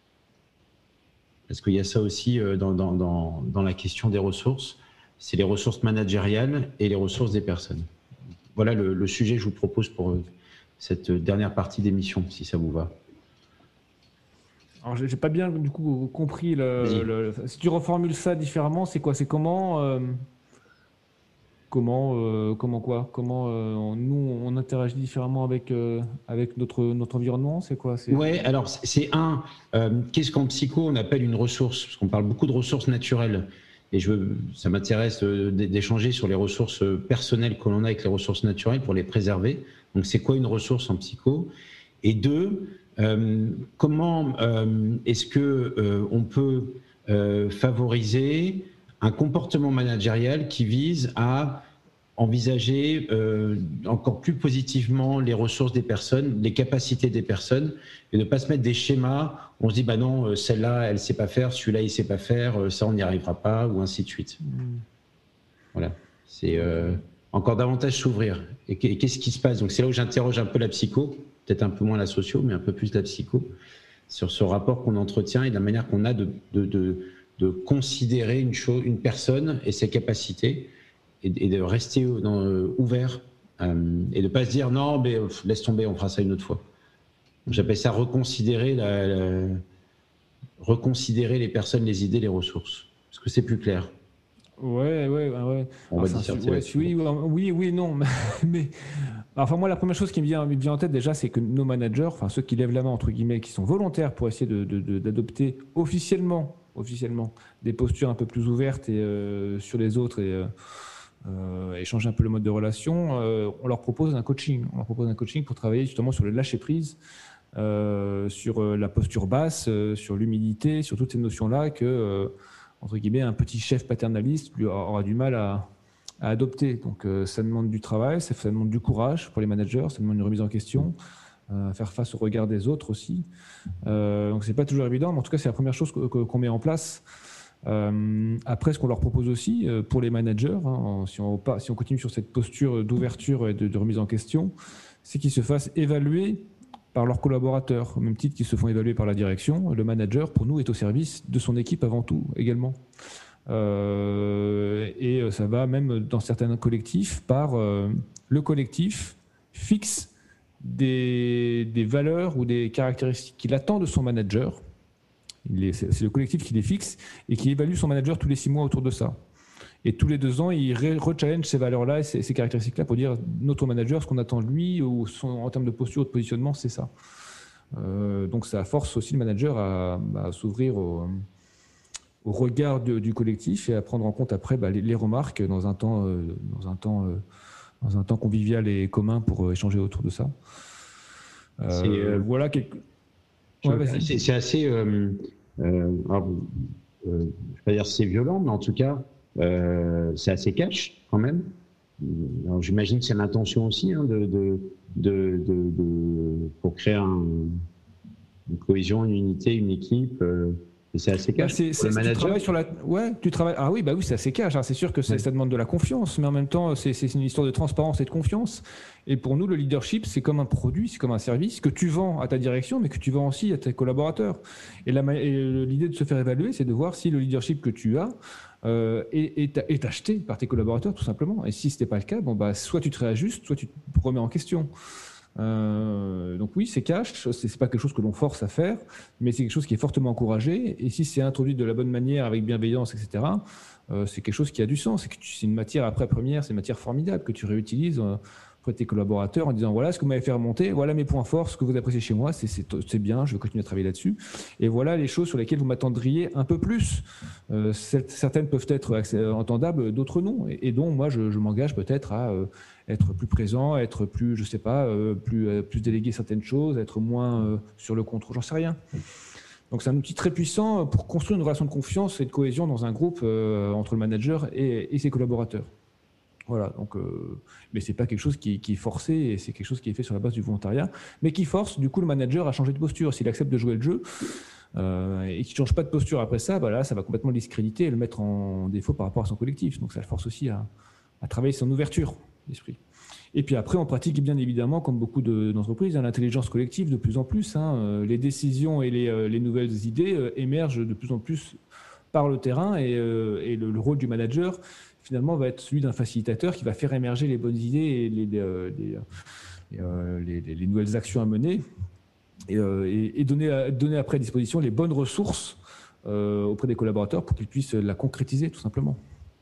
Parce qu'il y a ça aussi dans, dans, dans, dans la question des ressources, c'est les ressources managériales et les ressources des personnes. Voilà le, le sujet que je vous propose pour cette dernière partie d'émission, si ça vous va. Alors, j'ai pas bien du coup compris. Le, le, si tu reformules ça différemment, c'est quoi ? C'est comment euh... Comment, euh, comment quoi Comment euh, on, nous on interagit différemment avec euh, avec notre notre environnement ? C'est quoi ? C'est... Ouais, alors c'est un. Euh, qu'est-ce qu'en psycho on appelle une ressource ? Parce qu'on parle beaucoup de ressources naturelles, et je veux, ça m'intéresse d'échanger sur les ressources personnelles que l'on a avec les ressources naturelles pour les préserver. Donc c'est quoi une ressource en psycho ? Et deux, euh, comment euh, est-ce que euh, on peut euh, favoriser un comportement managérial qui vise à envisager euh, encore plus positivement les ressources des personnes, les capacités des personnes, et ne pas se mettre des schémas où on se dit bah non, celle-là elle sait pas faire, celui-là il sait pas faire, ça on n'y arrivera pas, ou ainsi de suite. Mmh. Voilà, c'est euh, encore davantage s'ouvrir. Et qu'est-ce qui se passe ? Donc c'est là où j'interroge un peu la psycho, peut-être un peu moins la socio, mais un peu plus la psycho, sur ce rapport qu'on entretient et de la manière qu'on a de, de, de de considérer une chose, une personne et ses capacités, et, et de rester dans, euh, ouvert, euh, et de ne pas se dire non, mais laisse tomber, on fera ça une autre fois. J'appelle ça reconsidérer, la, la, reconsidérer les personnes, les idées, les ressources. Parce que c'est plus clair. Ouais, ouais, ouais. On enfin, va dire ouais, oui, oui, oui, non. Mais enfin, moi, la première chose qui me vient, me vient en tête déjà, c'est que nos managers, enfin ceux qui lèvent la main entre guillemets, qui sont volontaires pour essayer de, de, de, d'adopter officiellement, officiellement, des postures un peu plus ouvertes et euh, sur les autres et euh, euh, et changer un peu le mode de relation, euh, on leur propose un coaching. On leur propose un coaching pour travailler justement sur le lâcher prise, euh, sur la posture basse, euh, sur l'humilité, sur toutes ces notions-là que euh, entre guillemets, un petit chef paternaliste lui aura du mal à, à adopter. Donc, euh, ça demande du travail, ça, ça demande du courage pour les managers, ça demande une remise en question, euh, faire face au regard des autres aussi. Euh, donc, c'est pas toujours évident, mais en tout cas, c'est la première chose que, que, qu'on met en place. Euh, après, ce qu'on leur propose aussi euh, pour les managers, hein, si, on, si on continue sur cette posture d'ouverture et de, de remise en question, c'est qu'ils se fassent évaluer par leurs collaborateurs, au même titre qu'ils se font évaluer par la direction. Le manager, pour nous, est au service de son équipe avant tout, également. Euh, et ça va même, dans certains collectifs, par euh, le collectif fixe des, des valeurs ou des caractéristiques qu'il attend de son manager. Il est, c'est le collectif qui les fixe et qui évalue son manager tous les six mois autour de ça. Et tous les deux ans, il re-challenge ces valeurs-là et ces, ces caractéristiques-là pour dire notre manager, ce qu'on attend de lui ou son, en termes de posture ou de positionnement, c'est ça. Euh, donc ça force aussi le manager à, à s'ouvrir au, au regard de, du collectif et à prendre en compte après bah, les, les remarques dans un temps, euh, dans un temps, euh, dans un temps convivial et commun pour euh, échanger autour de ça. Euh, c'est, euh, voilà quelque... ouais, c'est, c'est assez. Euh, euh, alors, euh, je ne vais pas dire que c'est violent, mais en tout cas, euh, c'est assez cash quand même. Alors, j'imagine que c'est l'intention aussi hein, de, de, de, de, de, pour créer un, une cohésion, une unité, une équipe. Euh, Et c'est assez cash. Bah c'est, c'est, le manager. Tu travailles sur la... Ouais, tu travailles. Ah oui, bah oui, c'est assez cash. Hein. C'est sûr que c'est, ouais. ça demande de la confiance, mais en même temps, c'est, c'est une histoire de transparence et de confiance. Et pour nous, le leadership, c'est comme un produit, c'est comme un service que tu vends à ta direction, mais que tu vends aussi à tes collaborateurs. Et, la... et l'idée de se faire évaluer, c'est de voir si le leadership que tu as euh, est, est, est acheté par tes collaborateurs, tout simplement. Et si ce n'était pas le cas, bon, bah, soit tu te réajustes, soit tu te remets en question. Euh, donc oui, c'est cash, c'est, c'est pas quelque chose que l'on force à faire, mais c'est quelque chose qui est fortement encouragé. Et si c'est introduit de la bonne manière, avec bienveillance, et cetera, euh, c'est quelque chose qui a du sens. C'est, que tu, c'est une matière après première, c'est une matière formidable que tu réutilises euh, auprès de tes collaborateurs en disant voilà ce que vous m'avez fait remonter, voilà mes points forts, ce que vous appréciez chez moi, c'est, c'est, c'est bien, je vais continuer à travailler là-dessus. Et voilà les choses sur lesquelles vous m'attendriez un peu plus. Euh, certaines peuvent être entendables, d'autres non. Et, et donc moi, je, je m'engage peut-être à euh, être plus présent, être plus, je sais pas, euh, plus, euh, plus déléguer certaines choses, être moins euh, sur le contrôle, j'en sais rien. Donc c'est un outil très puissant pour construire une relation de confiance et de cohésion dans un groupe euh, entre le manager et, et ses collaborateurs. Voilà, donc, euh, mais c'est pas quelque chose qui, qui est forcé, et c'est quelque chose qui est fait sur la base du volontariat, mais qui force du coup le manager à changer de posture. S'il accepte de jouer le jeu euh, et qu'il ne change pas de posture après ça, bah là, ça va complètement le discréditer et le mettre en défaut par rapport à son collectif. Donc ça le force aussi à, à travailler son ouverture d'esprit. Et puis après, on pratique bien évidemment, comme beaucoup de, d'entreprises, hein, l'intelligence collective de plus en plus. Hein, euh, les décisions et les, euh, les nouvelles idées euh, émergent de plus en plus par le terrain, et, euh, et le, le rôle du manager, finalement, va être celui d'un facilitateur qui va faire émerger les bonnes idées et les, les, les, euh, les, les, les nouvelles actions à mener, et, euh, et, et donner, donner après à disposition les bonnes ressources euh, auprès des collaborateurs pour qu'ils puissent la concrétiser, tout simplement.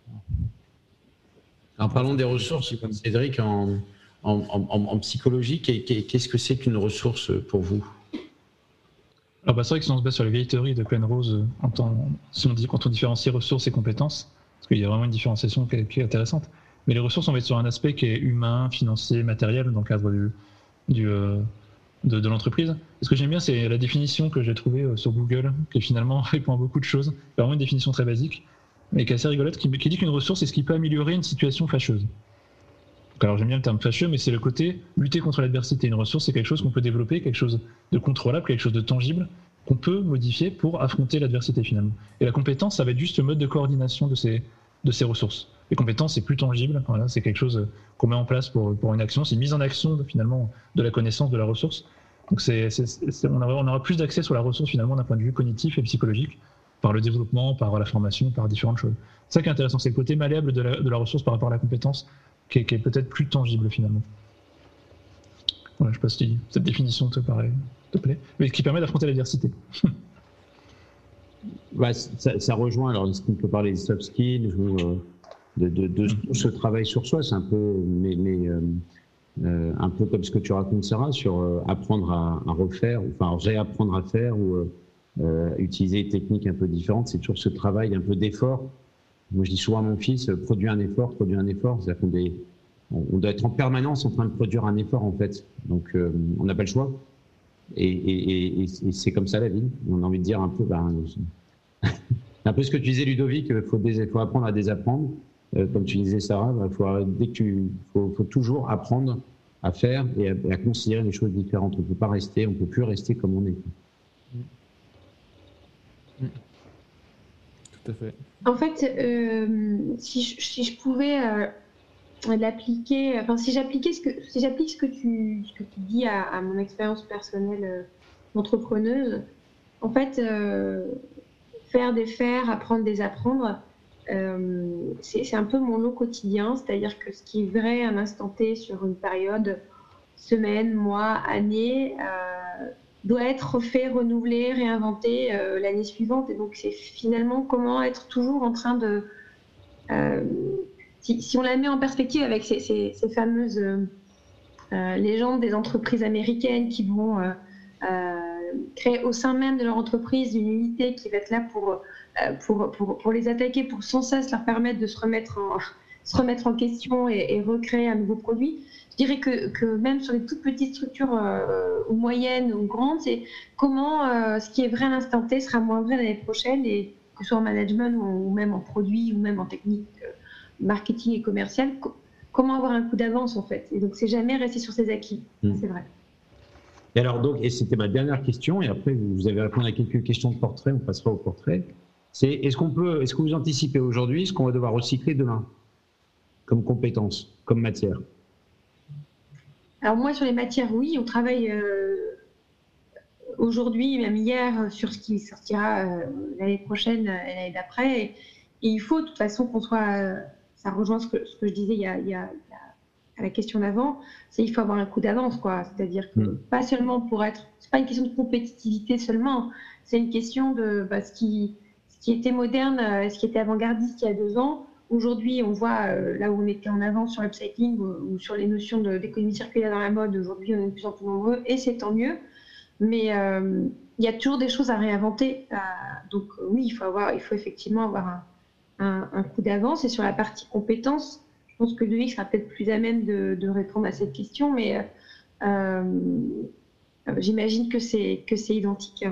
En parlant des ressources, Cédric, en, en, en, en psychologie, qu'est-ce que c'est qu'une ressource pour vous ? Alors bah c'est vrai que si on se base sur la vieille théorie de Penrose, en temps, si on dit, quand on différencie ressources et compétences, parce qu'il y a vraiment une différenciation qui est, qui est intéressante, mais les ressources, on va être sur un aspect qui est humain, financier, matériel, dans le cadre du, du, euh, de, de l'entreprise. Et ce que j'aime bien, c'est la définition que j'ai trouvée sur Google, qui finalement répond à beaucoup de choses. C'est vraiment une définition très basique, mais qui est assez rigolote, qui, qui dit qu'une ressource, c'est ce qui peut améliorer une situation fâcheuse. Donc alors j'aime bien le terme fâcheux, mais c'est le côté lutter contre l'adversité. Une ressource, c'est quelque chose qu'on peut développer, quelque chose de contrôlable, quelque chose de tangible, qu'on peut modifier pour affronter l'adversité finalement. Et la compétence, ça va être juste le mode de coordination de ces, de ces ressources. Les compétences, c'est plus tangible, voilà, c'est quelque chose qu'on met en place pour, pour une action, c'est une mise en action finalement de la connaissance de la ressource. Donc c'est, c'est, c'est, on, aura, on aura plus d'accès sur la ressource finalement d'un point de vue cognitif et psychologique, par le développement, par la formation, par différentes choses. C'est ça qui est intéressant, c'est le côté malléable de la, de la ressource par rapport à la compétence, qui est, qui est peut-être plus tangible finalement. Voilà, je ne sais pas si cette définition te paraît, te plaît, mais qui permet d'affronter l'adversité. Ouais, ça, ça rejoint, alors est-ce qu'on peut parler des soft skills ou euh, de, de, de, de ce travail sur soi, c'est un peu, mais, mais euh, euh, un peu comme ce que tu racontes, Sarah, sur euh, apprendre à, à refaire, enfin réapprendre à faire ou euh, euh, utiliser des techniques un peu différentes, c'est toujours ce travail un peu d'effort. Moi, je dis souvent à mon fils, produis un effort, produis un effort, c'est-à-dire qu'on est, on doit être en permanence en train de produire un effort en fait, donc euh, on n'a pas le choix. Et, et, et, et c'est comme ça la vie. On a envie de dire un peu, ben, un peu ce que tu disais Ludovic, il faut, faut apprendre à désapprendre. Euh, comme tu disais Sarah, il faut, dès que tu, faut, faut toujours apprendre à faire et à, à considérer les choses différentes. On ne peut pas rester, on ne peut plus rester comme on est. Tout à fait. En fait, euh, si, je, si je pouvais euh, l'appliquer, enfin si j'appliquais ce que si j'applique ce que tu ce que tu dis à, à mon expérience personnelle euh, d'entrepreneuse, en fait, euh, faire des faire, apprendre des apprendre, euh, c'est, c'est un peu mon lot quotidien, c'est-à-dire que ce qui est vrai à un instant T sur une période, semaine, mois, année, euh, doit être refait, renouvelé, réinventé euh, l'année suivante. Et donc, c'est finalement comment être toujours en train de... Euh, si, si on la met en perspective avec ces, ces, ces fameuses euh, légendes des entreprises américaines qui vont euh, euh, créer au sein même de leur entreprise une unité qui va être là pour, euh, pour, pour, pour les attaquer, pour sans cesse leur permettre de se remettre en, se remettre en question et, et recréer un nouveau produit. Je dirais que, que même sur les toutes petites structures euh, ou moyennes ou grandes, c'est comment euh, ce qui est vrai à l'instant T sera moins vrai l'année prochaine, et que ce soit en management ou, ou même en produit ou même en technique euh, marketing et commercial, co- comment avoir un coup d'avance en fait. Et donc c'est jamais rester sur ses acquis, Mmh. c'est vrai. Et alors donc, et c'était ma dernière question, et après vous avez répondu à quelques questions de portrait, on passera au portrait. C'est est-ce qu'on peut, est-ce que vous anticipez aujourd'hui ce qu'on va devoir recycler demain, comme compétence, comme matière? Alors moi sur les matières, oui, on travaille euh, aujourd'hui, même hier, sur ce qui sortira euh, l'année prochaine et l'année d'après. Et, et il faut de toute façon qu'on soit, euh, ça rejoint ce que, ce que je disais il y a, il y a, il y a à la question d'avant, c'est il faut avoir un coup d'avance, quoi. C'est-à-dire que Mmh. pas seulement pour être, c'est pas une question de compétitivité seulement, c'est une question de bah, ce qui, ce qui était moderne, euh, ce qui était avant-gardiste il y a deux ans. Aujourd'hui, on voit euh, là où on était en avance sur l'upcycling ou, ou sur les notions de, d'économie circulaire dans la mode. Aujourd'hui, on est de plus en plus nombreux et c'est tant mieux. Mais euh, il y a toujours des choses à réinventer. Euh, donc oui, il faut avoir, il faut effectivement avoir un, un, un coup d'avance. Et sur la partie compétences, je pense que Ludovic sera peut-être plus à même de, de répondre à cette question, mais euh, j'imagine que c'est que c'est identique.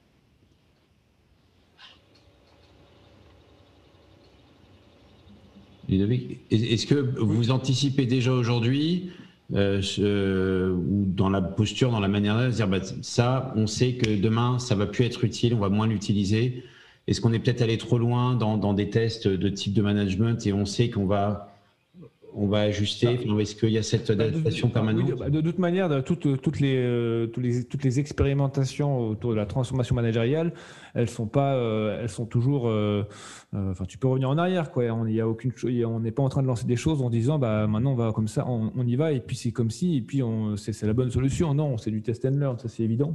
Ludovic, est-ce que vous anticipez déjà aujourd'hui, euh, ce- ou dans la posture, dans la manière de dire, bah, ça, on sait que demain, ça va plus être utile, on va moins l'utiliser. Est-ce qu'on est peut-être allé trop loin dans, dans des tests de type de management et on sait qu'on va, on va ajuster? Enfin, est-ce qu'il y a cette adaptation Oui, permanente? de, de toute manière, de toutes, toutes, les, euh, toutes, les, toutes les expérimentations autour de la transformation managériale, elles sont pas, euh, elles sont toujours. euh, euh, Enfin, tu peux revenir en arrière, quoi. On n'y a aucune, cho- on n'est pas en train de lancer des choses en disant, bah maintenant on va comme ça, on, on y va et puis c'est comme si et puis on, c'est, c'est la bonne solution. Non, c'est du test and learn, ça c'est évident.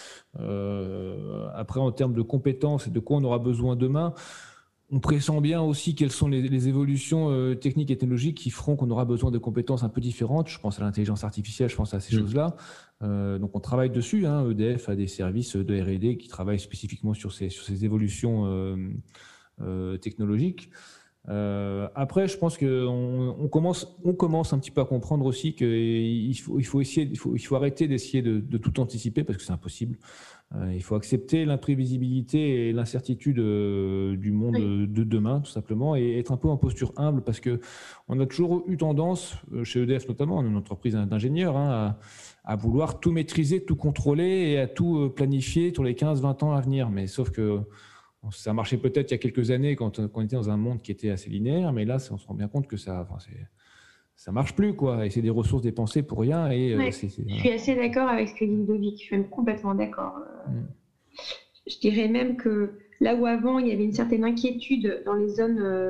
Euh, après, en termes de compétences et de quoi on aura besoin demain. On pressent bien aussi quelles sont les, les évolutions euh, techniques et technologiques qui feront qu'on aura besoin de compétences un peu différentes. Je pense à l'intelligence artificielle, je pense à ces Mmh. choses-là. Euh, donc on travaille dessus. Hein. E D F a des services de R et D qui travaillent spécifiquement sur ces, sur ces évolutions euh, euh, technologiques. Euh, après, je pense qu'on on commence, on commence un petit peu à comprendre aussi qu'il faut, il faut, essayer, il faut, il faut arrêter d'essayer de, de tout anticiper parce que c'est impossible. Euh, il faut accepter l'imprévisibilité et l'incertitude euh, du monde Oui. de demain, tout simplement, et être un peu en posture humble parce que on a toujours eu tendance, euh, chez E D F notamment, on est une entreprise d'ingénieurs, hein, à, à vouloir tout maîtriser, tout contrôler et à tout euh, planifier sur les quinze vingt ans à venir. Mais sauf que ça marchait peut-être il y a quelques années quand, quand on était dans un monde qui était assez linéaire, mais là, on se rend bien compte que ça, enfin, c'est, ça marche plus, quoi. Et c'est des ressources dépensées pour rien. Et euh, Ouais, c'est, c'est, je voilà. suis assez d'accord avec ce que dit Ludovic, je suis même complètement d'accord. Euh, Mm. Je dirais même que là où avant il y avait une certaine inquiétude dans les zones, euh,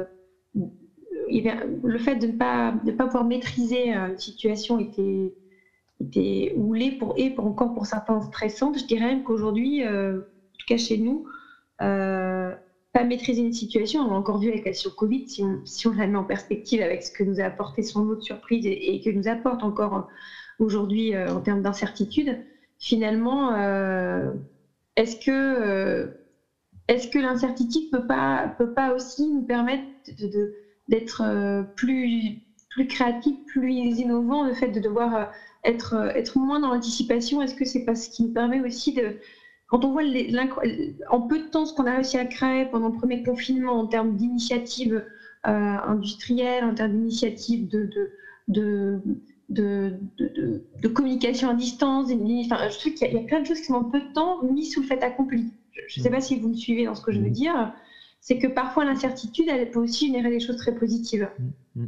il y avait- le fait de ne pas, de pas pouvoir maîtriser euh, une situation était, était ou l'est pour, et pour encore pour certains stressante. Je dirais même qu'aujourd'hui, euh, en tout cas chez nous, euh, pas maîtriser une situation, on l'a encore vu avec la sur Covid, si on, si on la met en perspective avec ce que nous a apporté son lot de surprises et, et que nous apporte encore aujourd'hui euh, en termes d'incertitude, finalement, euh, est-ce que, euh, est-ce que l'incertitude peut pas, peut pas aussi nous permettre de, de, d'être euh, plus, plus créatif, plus innovant, le fait de devoir euh, être, euh, être moins dans l'anticipation? Est-ce que c'est pas ce qui nous permet aussi de, quand on voit les, en peu de temps ce qu'on a réussi à créer pendant le premier confinement en termes d'initiatives euh, industrielles, en termes d'initiatives de, de, de, de, de, de, de communication à distance, enfin, je trouve qu'il y a, il y a plein de choses qui sont en peu de temps mis sous le fait accompli. Je ne sais pas si vous me suivez dans ce que je veux dire. C'est que parfois l'incertitude, elle peut aussi générer des choses très positives. Mmh.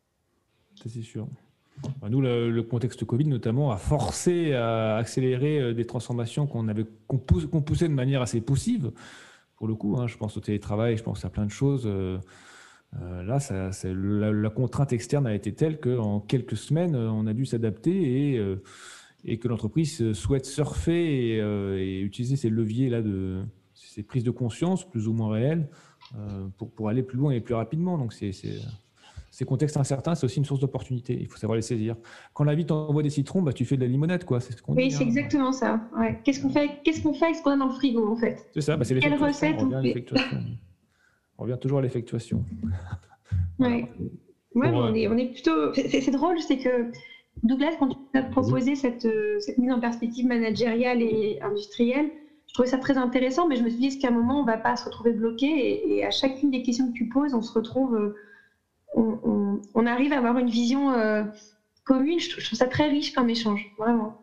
Ça, c'est sûr. Nous, le, le contexte Covid, notamment, a forcé à accélérer des transformations qu'on avait, qu'on pousse, qu'on poussait de manière assez poussive. Pour le coup, hein, je pense au télétravail, je pense à plein de choses. Euh, euh, là, ça, c'est, la, la contrainte externe a été telle qu'en quelques semaines, on a dû s'adapter et, euh, et que l'entreprise souhaite surfer et, euh, et utiliser ces leviers-là, de, ces prises de conscience plus ou moins réelles, euh, pour, pour aller plus loin et plus rapidement. Donc, c'est... c'est ces contextes incertains, c'est aussi une source d'opportunité. Il faut savoir les saisir. Quand la vie t'envoie des citrons, bah, tu fais de la limonade, quoi. C'est ce qu'on oui, dit. c'est hein. exactement ça. Ouais. Qu'est-ce qu'on fait, qu'est-ce qu'on fait avec ce qu'on a dans le frigo, en fait? C'est ça, bah, c'est Quelle l'effectuation. recette On on revient à fait? l'effectuation. On revient toujours à l'effectuation. Voilà. Ouais. Ouais, Pour, mais on, est, on est plutôt. C'est, c'est drôle, c'est que Douglas, quand tu as proposé cette, euh, cette mise en perspective managériale et industrielle, je trouvais ça très intéressant, mais je me suis dit, est-ce qu'à un moment, on ne va pas se retrouver bloqué et, et à chacune des questions que tu poses, on se retrouve. Euh, on, on, on arrive à avoir une vision euh, commune. Je, je trouve ça très riche comme échange, vraiment.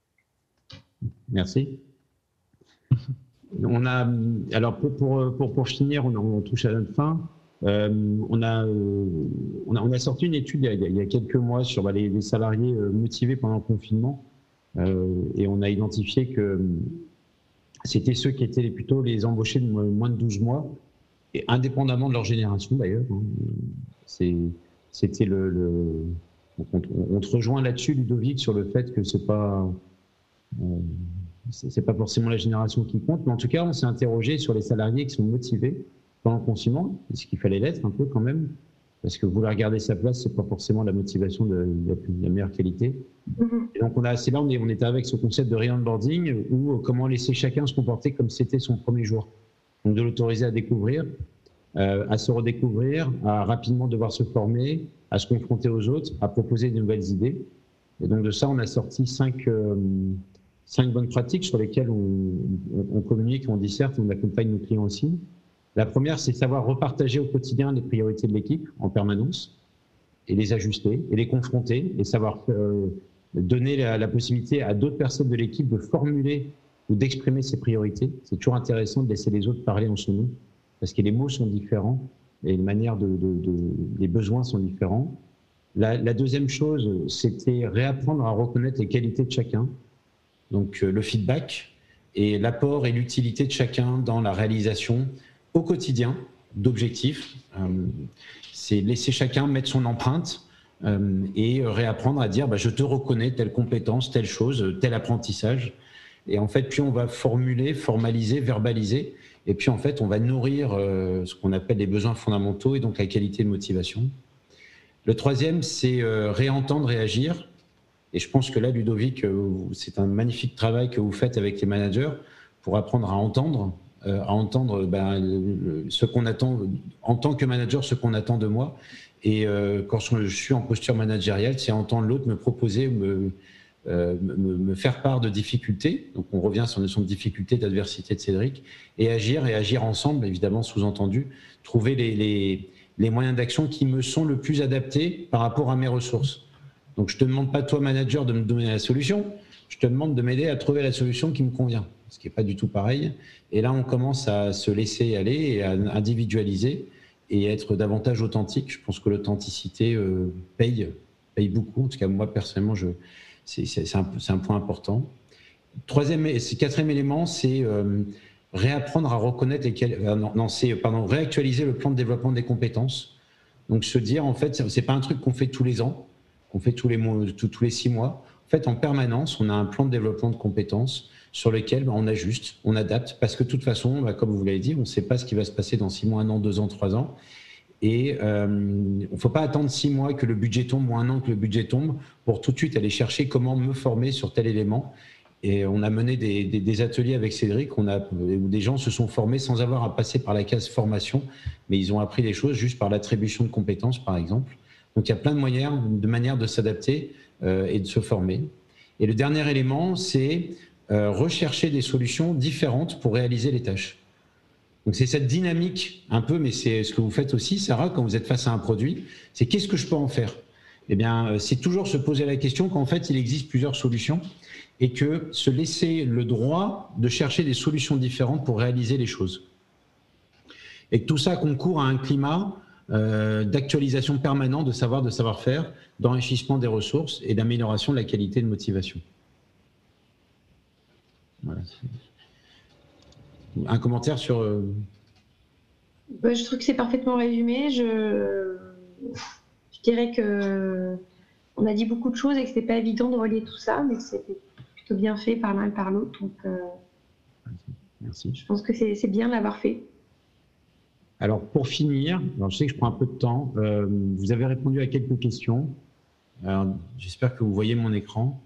Merci. On a, alors pour, pour, pour, pour finir, on, on touche à la fin. Euh, on, a, euh, on, a, on a sorti une étude il y a, il y a quelques mois sur bah, les, les salariés motivés pendant le confinement euh, et on a identifié que c'était ceux qui étaient plutôt les embauchés de moins de douze mois, et indépendamment de leur génération d'ailleurs. C'est, c'était le, le on, on te rejoint là-dessus, Ludovic, sur le fait que c'est pas euh, c'est pas forcément la génération qui compte, mais en tout cas, on s'est interrogé sur les salariés qui sont motivés pendant le confinement, ce qu'il fallait l'être un peu quand même, parce que vouloir garder sa place, c'est pas forcément la motivation de, de, la, de la meilleure qualité. Mm-hmm. Et donc on a, c'est là on est, on était avec ce concept de re-onboarding ou comment laisser chacun se comporter comme si c'était son premier jour. Donc de l'autoriser à découvrir, euh, à se redécouvrir, à rapidement devoir se former, à se confronter aux autres, à proposer de nouvelles idées. Et donc de ça, on a sorti cinq, euh, cinq bonnes pratiques sur lesquelles on, on, on communique, on disserte, on accompagne nos clients aussi. La première, c'est de savoir repartager au quotidien les priorités de l'équipe en permanence et les ajuster et les confronter et savoir euh, donner la, la possibilité à d'autres personnes de l'équipe de formuler ou d'exprimer ses priorités. C'est toujours intéressant de laisser les autres parler en son nom parce que les mots sont différents et les manières de, de, de les besoins sont différents. La, la deuxième chose, c'était réapprendre à reconnaître les qualités de chacun, donc euh, le feedback et l'apport et l'utilité de chacun dans la réalisation au quotidien d'objectifs. Euh, c'est laisser chacun mettre son empreinte euh, et réapprendre à dire bah, je te reconnais telle compétence, telle chose, tel apprentissage. Et en fait, puis on va formuler, formaliser, verbaliser. Et puis en fait, on va nourrir euh, ce qu'on appelle les besoins fondamentaux et donc la qualité de motivation. Le troisième, c'est euh, réentendre et agir. Et je pense que là, Ludovic, euh, c'est un magnifique travail que vous faites avec les managers pour apprendre à entendre. Euh, à entendre ben, le, le, ce qu'on attend en tant que manager, ce qu'on attend de moi. Et euh, quand je suis en posture managériale, c'est entendre l'autre me proposer, me, euh, me, me faire part de difficultés. Donc on revient sur la notion de difficulté, d'adversité de Cédric, et agir, et agir ensemble, évidemment sous-entendu, trouver les, les, les moyens d'action qui me sont le plus adaptés par rapport à mes ressources. Donc je ne te demande pas, toi, manager, de me donner la solution, je te demande de m'aider à trouver la solution qui me convient, ce qui n'est pas du tout pareil. Et là, on commence à se laisser aller et à individualiser et être davantage authentique. Je pense que l'authenticité euh, paye, paye beaucoup. En tout cas, moi, personnellement, je, c'est, c'est, c'est, un, c'est un point important. Troisième, quatrième élément, c'est euh, réapprendre à reconnaître les... Euh, non, non, c'est, pardon, réactualiser le plan de développement des compétences. Donc, se dire, en fait, c'est pas un truc qu'on fait tous les ans, qu'on fait tous les, mois, tous, tous les six mois. En fait, en permanence, on a un plan de développement de compétences sur lequel bah, on ajuste, on adapte, parce que de toute façon, bah, comme vous l'avez dit, on ne sait pas ce qui va se passer dans six mois, un an, deux ans, trois ans. Et euh, il ne faut pas attendre six mois que le budget tombe ou un an que le budget tombe pour tout de suite aller chercher comment me former sur tel élément. Et on a mené des, des, des ateliers avec Cédric on a, où des gens se sont formés sans avoir à passer par la case formation, mais ils ont appris des choses juste par l'attribution de compétences, par exemple. Donc il y a plein de manières de, manières de s'adapter euh, et de se former. Et le dernier élément, c'est Euh, rechercher des solutions différentes pour réaliser les tâches. Donc c'est cette dynamique un peu, mais c'est ce que vous faites aussi, Sarah, quand vous êtes face à un produit, c'est qu'est-ce que je peux en faire ? Eh bien, c'est toujours se poser la question qu'en fait, il existe plusieurs solutions et que se laisser le droit de chercher des solutions différentes pour réaliser les choses. Et que tout ça concourt à un climat euh, d'actualisation permanent de savoir, de savoir-faire, d'enrichissement des ressources et d'amélioration de la qualité de motivation. Voilà. Un commentaire sur... Euh... Bah, je trouve que c'est parfaitement résumé. Je, je dirais qu'on a dit beaucoup de choses et que ce n'était pas évident de relier tout ça, mais c'était plutôt bien fait par l'un et par l'autre. Donc, euh... Merci. Je pense que c'est, c'est bien de l'avoir fait. Alors, pour finir, alors je sais que je prends un peu de temps, euh, vous avez répondu à quelques questions. Alors, j'espère que vous voyez mon écran.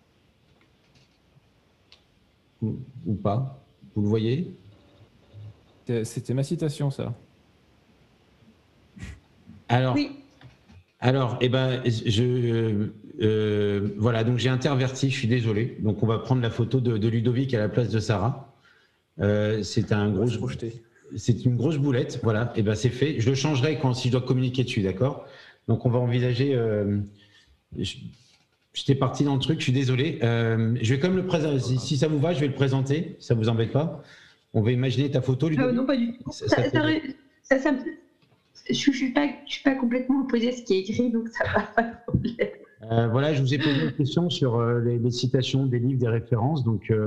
Ou, ou pas. Vous le voyez ? C'était ma citation, ça. Alors, Oui. alors eh ben, je, euh, voilà, donc j'ai interverti, je suis désolé. Donc, on va prendre la photo de, de Ludovic à la place de Sarah. Euh, c'est un gros... C'est une grosse boulette, voilà, et ben c'est fait. Je le changerai quand si je dois communiquer dessus, d'accord ? Donc on va envisager. Euh, je, J'étais parti dans le truc, je suis désolé. Euh, je vais comme le présenter. Si, si ça vous va, je vais le présenter. Si ça vous embête pas. On va imaginer ta photo. Euh, non, pas du tout. Ça, ça, ça, ça, ça, je ne suis pas, je suis pas complètement opposée à ce qui est écrit, donc ça va pas de problème. Euh, voilà, je vous ai posé une question sur euh, les, les citations des livres, des références. Donc. Euh,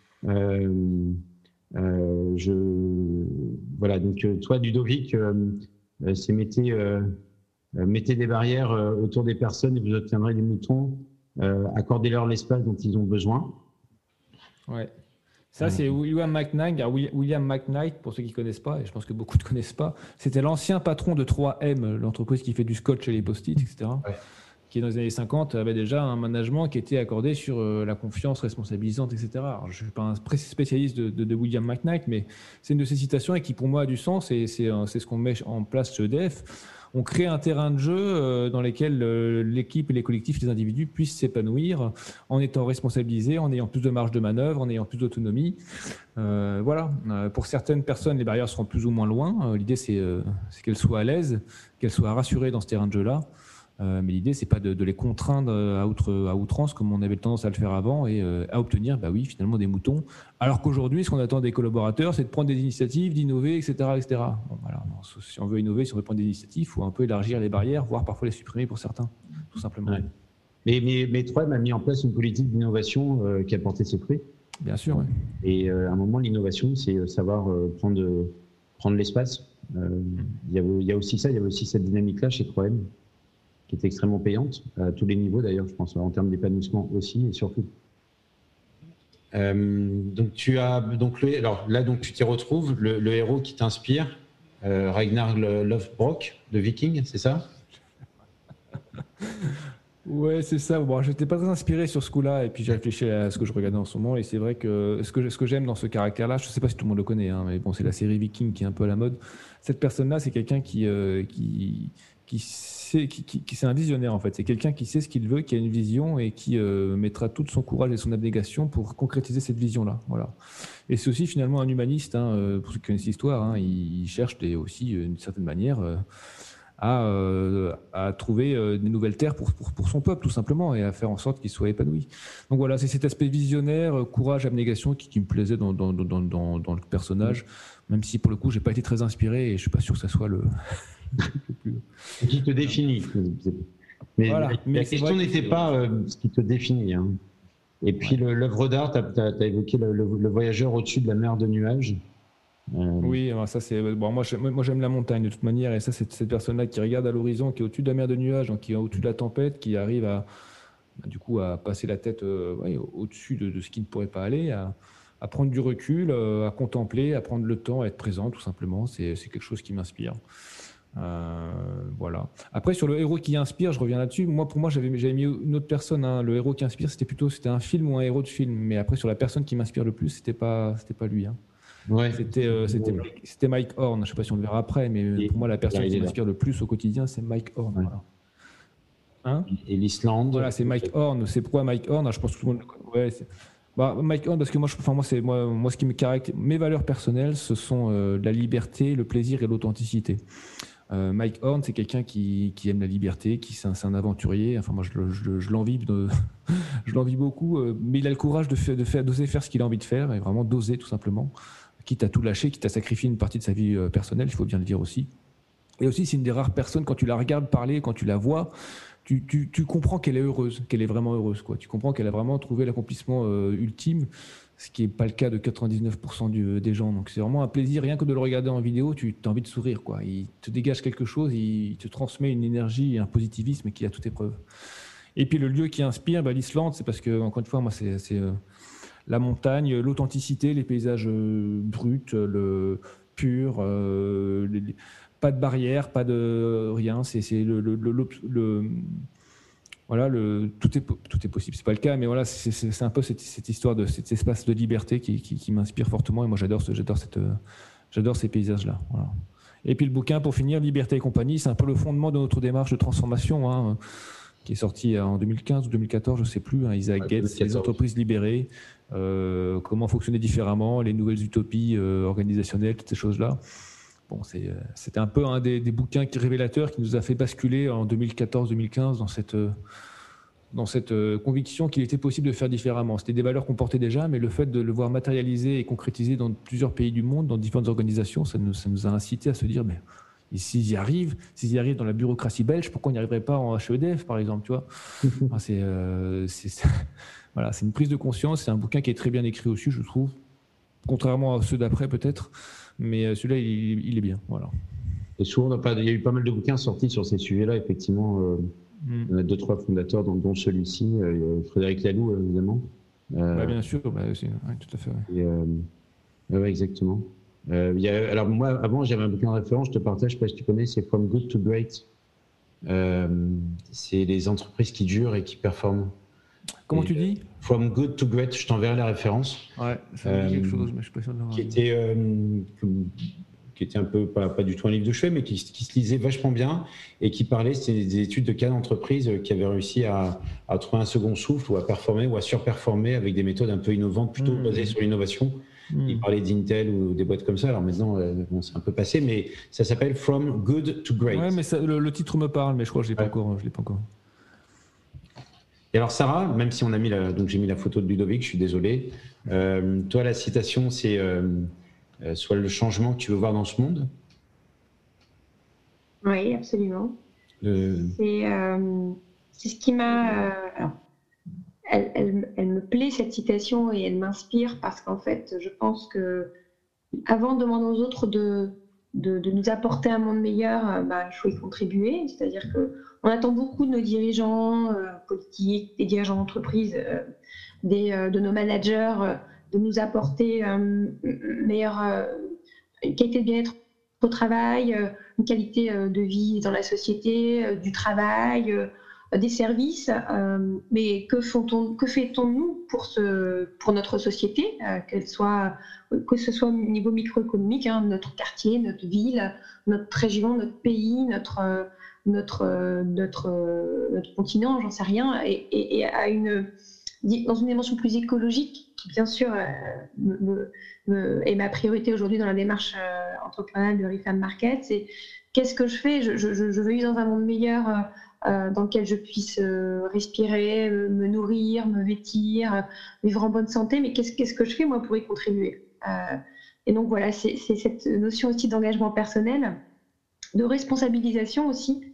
euh, Euh, je voilà donc euh, toi Ludovic, euh, euh, c'est mettez euh, mettez des barrières euh, autour des personnes et vous obtiendrez des moutons. Euh, accordez-leur l'espace dont ils ont besoin. Ouais. Ça, c'est William McKnight. William McKnight, pour ceux qui ne connaissent pas, et je pense que beaucoup ne connaissent pas, c'était l'ancien patron de trois M, l'entreprise qui fait du scotch et les post-it, et cetera. Ouais. Qui dans les années cinquante avait déjà un management qui était accordé sur euh, la confiance responsabilisante, et cetera. Alors, je ne suis pas un spécialiste de, de, de William McKnight, mais c'est une de ces citations et qui pour moi a du sens, et c'est, c'est ce qu'on met en place chez E D F. On crée un terrain de jeu euh, dans lequel euh, l'équipe et les collectifs, les individus puissent s'épanouir en étant responsabilisés, en ayant plus de marge de manœuvre, en ayant plus d'autonomie. Euh, voilà. Euh, pour certaines personnes, les barrières seront plus ou moins loin. Euh, l'idée, c'est, euh, c'est qu'elles soient à l'aise, qu'elles soient rassurées dans ce terrain de jeu-là. Euh, mais l'idée, c'est pas de, de les contraindre à, outre, à outrance comme on avait tendance à le faire avant et euh, à obtenir, bah oui, finalement des moutons. Alors qu'aujourd'hui, ce qu'on attend des collaborateurs, c'est de prendre des initiatives, d'innover, et cetera, et cetera. Bon, voilà, non, si on veut innover, si on veut prendre des initiatives, il faut un peu élargir les barrières, voire parfois les supprimer pour certains, tout simplement. Ouais. Mais, mais, mais Troem a mis en place une politique d'innovation euh, qui a porté ses fruits. Bien sûr, oui. Et euh, à un moment, l'innovation, c'est savoir euh, prendre, prendre l'espace. Euh, il y a, il y a aussi ça, il y a aussi cette dynamique-là chez Troem, qui est extrêmement payante, à tous les niveaux d'ailleurs, je pense, en termes d'épanouissement aussi et surtout. Euh, donc tu as, donc le, alors là donc tu t'y retrouves, le, le héros qui t'inspire, euh, Ragnar Lothbrok de Viking, c'est ça ? Ouais, c'est ça. Bon, je n'étais pas très inspiré sur ce coup-là, et puis j'ai réfléchi à ce que je regardais en ce moment, et c'est vrai que ce que, ce que j'aime dans ce caractère-là, je ne sais pas si tout le monde le connaît, hein, mais bon, c'est la série Viking qui est un peu à la mode. Cette personne-là, c'est quelqu'un qui, euh, qui, qui, sait, qui, qui, qui c'est un visionnaire en fait. C'est quelqu'un qui sait ce qu'il veut, qui a une vision et qui euh, mettra tout son courage et son abnégation pour concrétiser cette vision-là. Voilà. Et c'est aussi finalement un humaniste, hein, pour ceux qui connaissent l'histoire. Hein, il cherche des, aussi, d'une certaine manière, euh, À, euh, à trouver euh, des nouvelles terres pour, pour, pour son peuple, tout simplement, et à faire en sorte qu'il soit épanoui. Donc voilà, c'est cet aspect visionnaire, euh, courage, abnégation qui, qui me plaisait dans, dans, dans, dans, dans le personnage, même si pour le coup, je n'ai pas été très inspiré et je ne suis pas sûr que ça soit le, le plus. Ce qui te définit. Mais, voilà, la, mais la question n'était pas euh, ce qui te définit. Hein. Et puis ouais. L'œuvre d'art, tu as, as évoqué le, le, le voyageur au-dessus de la mer de nuages. Euh... Oui, ça c'est bon. Moi, j'aime, moi, j'aime la montagne de toute manière, et ça, c'est cette personne-là qui regarde à l'horizon, qui est au-dessus de la mer de nuages, donc qui est au-dessus de la tempête, qui arrive à, du coup, à passer la tête euh, ouais, au-dessus de, de ce qui ne pourrait pas aller, à, à prendre du recul, euh, à contempler, à prendre le temps, à être présent, tout simplement. C'est, c'est quelque chose qui m'inspire. Euh, voilà. Après, sur le héros qui inspire, je reviens là-dessus. Moi, pour moi, j'avais, j'avais mis une autre personne. Hein. Le héros qui inspire, c'était plutôt, c'était un film ou un héros de film. Mais après, sur la personne qui m'inspire le plus, c'était pas, c'était pas lui. Hein. Ouais. C'était, euh, c'était, c'était Mike Horn. Je ne sais pas si on le verra après, mais et pour moi, la personne qui m'inspire le plus au quotidien, c'est Mike Horn. Ouais. Voilà. Hein et l'Islande. Voilà, c'est Mike Horn. C'est pourquoi Mike Horn. Je pense que tout le monde le connaît. Ouais, c'est... Bah, Mike Horn, parce que moi, je, enfin, moi, c'est, moi, moi, ce qui me caractérise, mes valeurs personnelles, ce sont euh, la liberté, le plaisir et l'authenticité. Euh, Mike Horn, c'est quelqu'un qui, qui aime la liberté, qui c'est un, c'est un aventurier. Enfin, moi, je, je, je l'envie, de, je l'envie beaucoup, euh, mais il a le courage de, faire, de faire, d'oser faire ce qu'il a envie de faire, et vraiment d'oser, tout simplement. Quitte à tout lâcher, quitte à sacrifier une partie de sa vie euh, personnelle, il faut bien le dire aussi. Et aussi, c'est une des rares personnes, quand tu la regardes parler, quand tu la vois, tu, tu, tu comprends qu'elle est heureuse, qu'elle est vraiment heureuse, quoi. Tu comprends qu'elle a vraiment trouvé l'accomplissement euh, ultime, ce qui n'est pas le cas de quatre-vingt-dix-neuf pour cent du, des gens. Donc c'est vraiment un plaisir, rien que de le regarder en vidéo, tu as envie de sourire, quoi. Il te dégage quelque chose, il te transmet une énergie et un positivisme qui a toute épreuve. Et puis le lieu qui inspire, bah, l'Islande, c'est parce que, encore une fois, moi, c'est... c'est euh, la montagne, l'authenticité, les paysages euh, bruts, le pur, euh, les, pas de barrière, pas de rien. C'est, c'est le, le, le, le voilà, le, tout est tout est possible. C'est pas le cas, mais voilà, c'est, c'est, c'est un peu cette, cette histoire de cet espace de liberté qui, qui, qui m'inspire fortement. Et moi, j'adore ce, j'adore cette, j'adore ces paysages-là. Voilà. Et puis le bouquin, pour finir, Liberté et compagnie, c'est un peu le fondement de notre démarche de transformation, hein, qui est sorti en deux mille quinze ou deux mille quatorze, je ne sais plus. Hein, Isaac ouais, Gates, les entreprises libérées, euh, comment fonctionner différemment, les nouvelles utopies euh, organisationnelles, toutes ces choses-là. Bon, c'est, c'était un peu un des, des bouquins qui, révélateurs qui nous a fait basculer en deux mille quatorze deux mille quinze dans cette, dans cette conviction qu'il était possible de faire différemment. C'était des valeurs qu'on portait déjà, mais le fait de le voir matérialisé et concrétisé dans plusieurs pays du monde, dans différentes organisations, ça nous, ça nous a incité à se dire, mais et s'ils y arrivent, s'ils y arrivent dans la bureaucratie belge, pourquoi on n'y arriverait pas en H E D F, par exemple, tu vois. Enfin, c'est, euh, c'est, c'est, voilà, c'est une prise de conscience. C'est un bouquin qui est très bien écrit aussi, je trouve, contrairement à ceux d'après peut-être, mais celui-là, il, il est bien. Voilà. Et souvent, il y a eu pas mal de bouquins sortis sur ces sujets-là, effectivement. Euh, mm. Il y en a deux, trois fondateurs, dont, dont celui-ci, euh, Frédéric Laloux, évidemment. Euh, bah, bien sûr, bah, aussi, ouais, tout à fait. Ouais, et, euh, ouais exactement. Euh, y a, alors moi, avant, j'avais un bouquin de référence, je te partage, je ne sais pas si tu connais, c'est From Good to Great. Euh, c'est les entreprises qui durent et qui performent. Comment et, tu dis ? From Good to Great, je t'enverrai la référence. Ouais, ça me dit euh, quelque chose, mais je ne suis pas sûr de l'avoir. Qui était, euh, qui était un peu, pas, pas du tout un livre de chevet, mais qui, qui se lisait vachement bien et qui parlait, c'était des études de cas d'entreprises qui avaient réussi à, à trouver un second souffle ou à performer ou à surperformer avec des méthodes un peu innovantes, plutôt mmh. basées sur l'innovation. Mmh. Il parlait d'Intel ou des boîtes comme ça. Alors maintenant, euh, bon, c'est un peu passé, mais ça s'appelle From Good to Great. Ouais, mais ça, le, le titre me parle, mais je crois que je l'ai pas ouais. encore. Je l'ai pas encore. Et alors Sarah, même si on a mis la, donc j'ai mis la photo de Ludovic, je suis désolé. Euh, toi, la citation, c'est euh, euh, soit le changement que tu veux voir dans ce monde. Oui, absolument. Le... C'est, euh, c'est ce qui m'a. Euh, alors, Elle, elle, elle me plaît cette citation et elle m'inspire parce qu'en fait, je pense que avant de demander aux autres de, de, de nous apporter un monde meilleur, bah, il faut y contribuer. C'est-à-dire que on attend beaucoup de nos dirigeants euh, politiques, des dirigeants d'entreprise, euh, des, euh, de nos managers, euh, de nous apporter euh, une meilleure euh, une qualité de bien-être au travail, euh, une qualité euh, de vie dans la société, euh, du travail. Euh, des services, euh, mais que, font-on, que fait-on nous pour, ce, pour notre société, euh, qu'elle soit, que ce soit au niveau microéconomique, hein, notre quartier, notre ville, notre région, notre pays, notre, notre, notre, notre continent, j'en sais rien, et, et, et à une, dans une dimension plus écologique, qui bien sûr euh, me, me, est ma priorité aujourd'hui dans la démarche euh, entrepreneuriale de Rifam Market, c'est qu'est-ce que je fais, je, je, je veux vivre dans un monde meilleur, euh, Euh, dans lequel je puisse euh, respirer, me, me nourrir, me vêtir, euh, vivre en bonne santé, mais qu'est-ce, qu'est-ce que je fais moi pour y contribuer euh, Et donc voilà, c'est, c'est cette notion aussi d'engagement personnel, de responsabilisation aussi,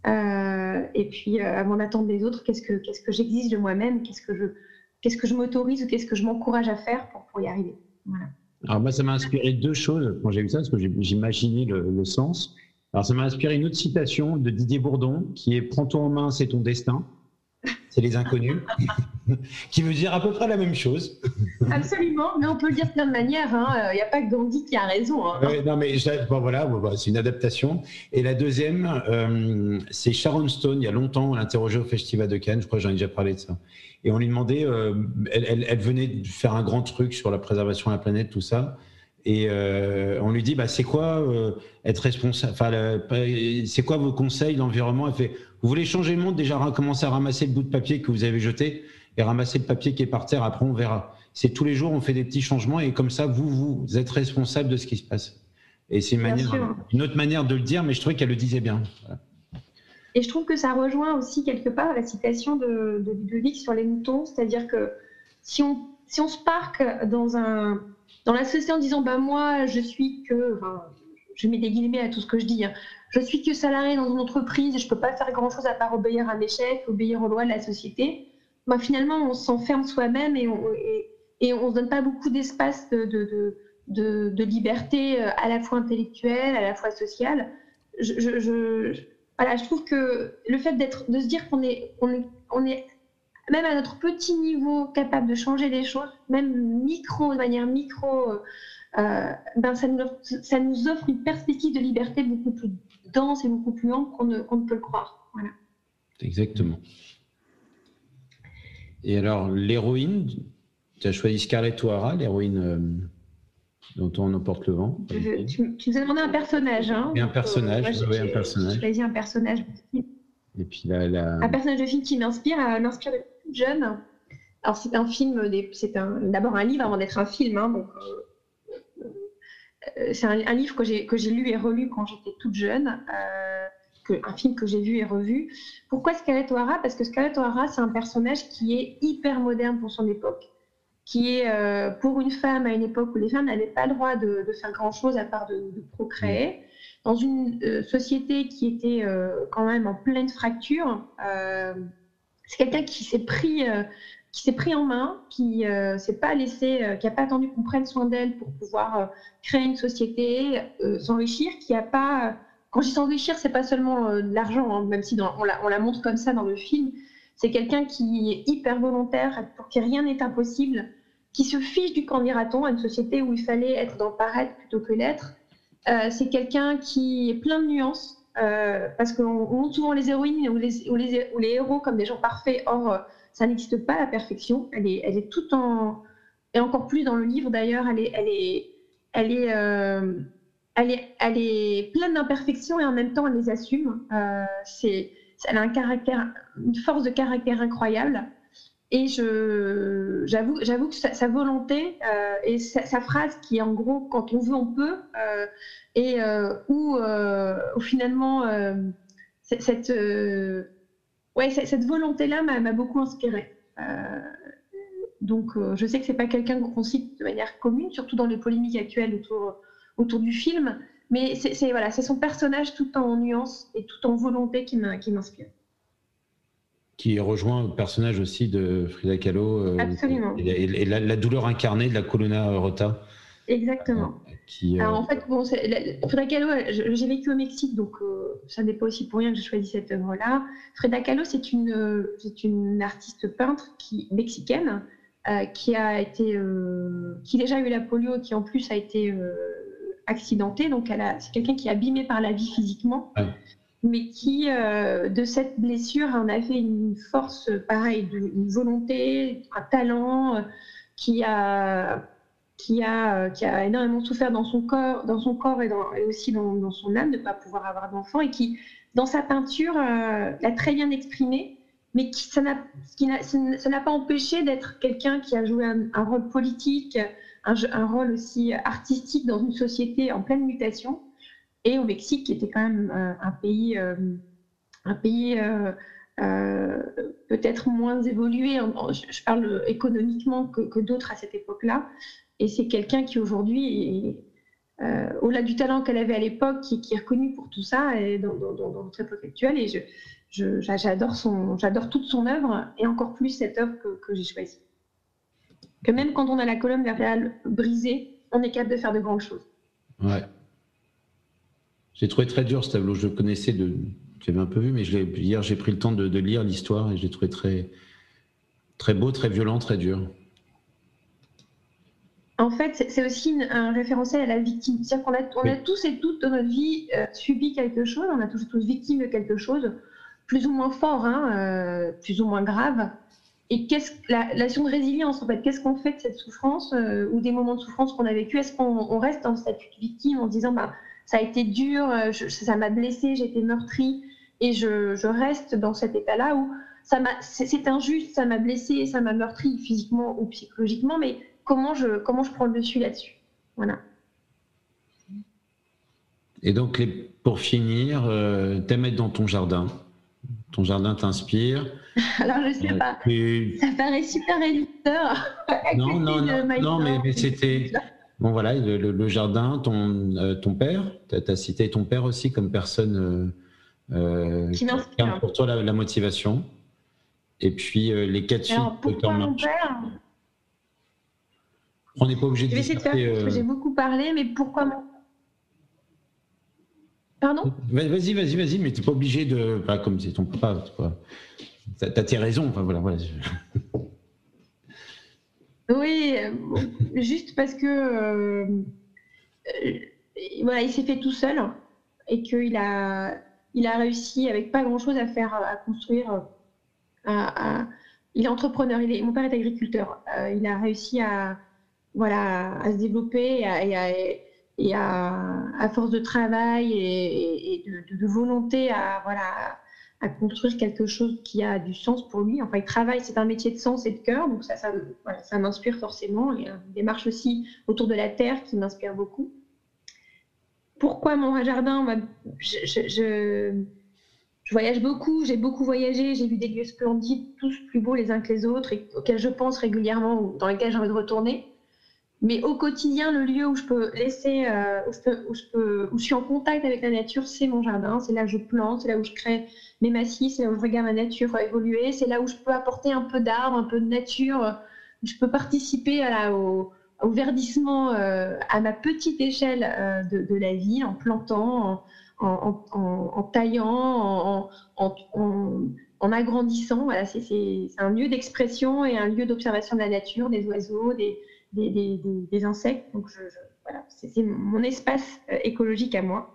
euh, et puis euh, avant d'attendre des autres, qu'est-ce que, qu'est-ce que j'exige de moi-même, qu'est-ce que je, qu'est-ce que je m'autorise ou qu'est-ce que je m'encourage à faire pour, pour y arriver. Voilà. Alors moi, ça m'a inspiré deux choses quand j'ai vu ça, parce que j'ai, j'imaginais le, le sens. Alors, ça m'a inspiré une autre citation de Didier Bourdon, qui est « Prends-toi en main, c'est ton destin ». C'est les inconnus, qui veut dire à peu près la même chose. Absolument, mais on peut le dire de plein de manières. Il hein. n'y a pas que Gandhi qui a raison. Hein. Ouais, non, mais bon, voilà, bon, c'est une adaptation. Et la deuxième, euh, c'est Sharon Stone. Il y a longtemps, on l'a interrogée au Festival de Cannes. Je crois que j'en ai déjà parlé de ça. Et on lui demandait, euh, elle, elle, elle venait de faire un grand truc sur la préservation de la planète, tout ça. Et euh, on lui dit, bah, c'est quoi euh, être responsable, enfin, le, c'est quoi vos conseils d'environnement? Elle fait, vous voulez changer le monde, déjà commencer à ramasser le bout de papier que vous avez jeté et ramasser le papier qui est par terre, après on verra. C'est tous les jours, on fait des petits changements et comme ça, vous, vous êtes responsable de ce qui se passe. Et c'est une, manière, une autre manière de le dire, mais je trouvais qu'elle le disait bien. Voilà. Et je trouve que ça rejoint aussi quelque part la citation de, de Ludovic sur les moutons, c'est-à-dire que si on, si on se parque dans un... dans la société en disant bah moi je suis que, enfin, je mets des guillemets à tout ce que je dis, hein, je suis que salarié dans une entreprise et je peux pas faire grand chose à part obéir à mes chefs, obéir aux lois de la société. Bah finalement on s'enferme soi-même et on et, et on se donne pas beaucoup d'espace de de, de de de liberté à la fois intellectuelle, à la fois sociale. Je je, je voilà, je trouve que le fait d'être de se dire qu'on est on est on est même à notre petit niveau, capable de changer les choses, même micro, de manière micro, euh, ben ça, nous offre, ça nous offre une perspective de liberté beaucoup plus dense et beaucoup plus ample qu'on ne, qu'on ne peut le croire. Voilà. Exactement. Et alors, l'héroïne, tu as choisi Scarlett O'Hara, l'héroïne euh, dont on emporte le vent. Je, tu, tu nous as demandé un personnage. Hein, et un personnage, euh, oui, un personnage. J'ai choisi un personnage. Et puis la, la... Un personnage de film qui m'inspire, euh, m'inspire depuis toute jeune. Alors, c'est un film, c'est un, d'abord un livre avant d'être un film. Hein, donc, euh, euh, c'est un, un livre que j'ai, que j'ai lu et relu quand j'étais toute jeune. Euh, Que, un film que j'ai vu et revu. Pourquoi Scarlett O'Hara ? Parce que Scarlett O'Hara, c'est un personnage qui est hyper moderne pour son époque, qui est euh, pour une femme à une époque où les femmes n'avaient pas le droit de, de faire grand-chose à part de, de procréer, dans une euh, société qui était euh, quand même en pleine fracture. Euh, c'est quelqu'un qui s'est pris, euh, qui s'est pris en main, qui euh, s'est pas laissé, euh, qui n'a pas attendu qu'on prenne soin d'elle pour pouvoir euh, créer une société, euh, s'enrichir, qui n'a pas... Euh, Quand je dis s'enrichir, c'est pas seulement euh, de l'argent, hein, même si dans, on, la, on la montre comme ça dans le film. C'est quelqu'un qui est hyper volontaire, pour qui rien n'est impossible, qui se fiche du candidaton à une société où il fallait être dans le paraître plutôt que l'être. Euh, c'est quelqu'un qui est plein de nuances, euh, parce qu'on on montre souvent les héroïnes ou les, ou, les, ou les héros comme des gens parfaits. Or, euh, ça n'existe pas, la perfection. Elle est, elle est tout en... Et encore plus dans le livre, d'ailleurs, elle est... Elle est, elle est euh, Elle est, elle est pleine d'imperfections et en même temps elle les assume. Euh, c'est, elle a un caractère, une force de caractère incroyable. Et je, j'avoue, j'avoue que sa, sa volonté euh, et sa, sa phrase qui est en gros quand on veut on peut, euh, et euh, où, euh, où finalement euh, cette, euh, ouais, cette volonté-là m'a, m'a beaucoup inspirée. Euh, donc euh, je sais que c'est pas quelqu'un qu'on cite de manière commune, surtout dans les polémiques actuelles autour. autour du film, mais c'est, c'est, voilà, c'est son personnage tout en nuance et tout en volonté qui, qui m'inspire. Qui rejoint le personnage aussi de Frida Kahlo. Euh, Absolument. Et, et la, la douleur incarnée de la Colonna Rota. Exactement. Euh, qui, euh... Alors en fait, bon, c'est, la, Frida Kahlo, je, j'ai vécu au Mexique, donc euh, ça n'est pas aussi pour rien que j'ai choisi cette œuvre-là. Frida Kahlo, c'est une, c'est une artiste peintre qui, mexicaine, euh, qui a été, euh, qui déjà eu la polio et qui en plus a été euh, accidentée, donc elle a, c'est quelqu'un qui est abîmé par la vie physiquement, ouais. mais qui, euh, de cette blessure, en a fait une force, pareil, de, une volonté, un talent, euh, qui a, qui a, qui a énormément souffert dans son corps, dans son corps et, dans, et aussi dans, dans son âme de ne pas pouvoir avoir d'enfant, et qui, dans sa peinture, euh, l'a très bien exprimé, mais qui, ça, n'a, qui n'a, ça n'a pas empêché d'être quelqu'un qui a joué un, un rôle politique, Un, un rôle aussi artistique dans une société en pleine mutation, et au Mexique qui était quand même euh, un pays, euh, un pays euh, euh, peut-être moins évolué, en, en, je parle économiquement que, que d'autres à cette époque-là, et c'est quelqu'un qui aujourd'hui, est, euh, au-delà du talent qu'elle avait à l'époque, qui, qui est reconnu pour tout ça et dans, dans, dans notre époque actuelle, et je, je, j'adore, son, j'adore toute son œuvre, et encore plus cette œuvre que, que j'ai choisie. Que même quand on a la colonne vertébrale brisée, on est capable de faire de grandes choses. Ouais. J'ai trouvé très dur ce tableau. Je le connaissais, de... j'avais un peu vu, mais je l'ai... hier j'ai pris le temps de, de lire l'histoire et je l'ai trouvé très, très beau, très violent, très dur. En fait, c'est, c'est aussi une, un référentiel à la victime. C'est-à-dire qu'on a, on oui. a tous et toutes dans notre vie euh, subi quelque chose, on a tous et tous victimes de quelque chose, plus ou moins fort, hein, euh, plus ou moins grave. Et qu'est-ce la, la notion de résilience, en fait, qu'est-ce qu'on fait de cette souffrance euh, ou des moments de souffrance qu'on a vécu? Est-ce qu'on on reste dans le statut de victime en se disant bah, ça a été dur, je, ça m'a blessé, j'ai été meurtrie, et je, je reste dans cet état-là où ça m'a, c'est, c'est injuste, ça m'a blessé, ça m'a meurtrie physiquement ou psychologiquement, mais comment je, comment je prends le dessus là-dessus? Voilà. Et donc, les, pour finir, euh, t'aimes être dans ton jardin. Ton jardin t'inspire. Alors, je ne sais euh, pas. Et... Ça paraît super réducteur. Non, non, non, non mais, mais c'était... Bon, voilà, le, le, le jardin, ton, euh, ton père, tu as cité ton père aussi comme personne euh, qui m'inspire. Pour toi, la, la motivation. Et puis, euh, les quatre filles. Alors, pourquoi mon père? On n'est pas obligé de Je vais essayer de faire, euh... parce que j'ai beaucoup parlé, mais pourquoi mon... Pardon? Vas-y, vas-y, vas-y, mais tu n'es pas obligé de... Pas comme c'est ton papa, quoi. t'as, t'as tes raisons. Enfin, voilà, voilà. Oui, euh, juste parce que euh, euh, voilà, il s'est fait tout seul et qu'il a, il a réussi avec pas grand-chose à faire, à construire. À, à, il est entrepreneur. Il est, mon père est agriculteur. Euh, il a réussi à, voilà, à se développer et à, et à, et à, à force de travail et, et de, de volonté à, voilà, à construire quelque chose qui a du sens pour lui. Enfin, il travaille, c'est un métier de sens et de cœur, donc ça, ça, voilà, ça m'inspire forcément. Il y a une démarche aussi autour de la terre qui m'inspire beaucoup. Pourquoi mon jardin ? je, je, je, je voyage beaucoup, j'ai beaucoup voyagé, j'ai vu des lieux splendides, tous plus beaux les uns que les autres, et auxquels je pense régulièrement ou dans lesquels j'ai envie de retourner. Mais au quotidien, le lieu où je peux laisser, euh, où, je peux, où, je peux, où je suis en contact avec la nature, c'est mon jardin. C'est là où je plante, c'est là où je crée mes massifs, c'est là où je regarde la nature évoluer, c'est là où je peux apporter un peu d'arbres, un peu de nature, où je peux participer à la, au, au verdissement euh, à ma petite échelle euh, de, de la ville, en plantant, en, en, en, en taillant, en, en, en, en agrandissant. Voilà, c'est, c'est, c'est un lieu d'expression et un lieu d'observation de la nature, des oiseaux, des Des, des, des, des insectes, donc je, je, voilà, c'est, c'est mon espace euh, écologique à moi.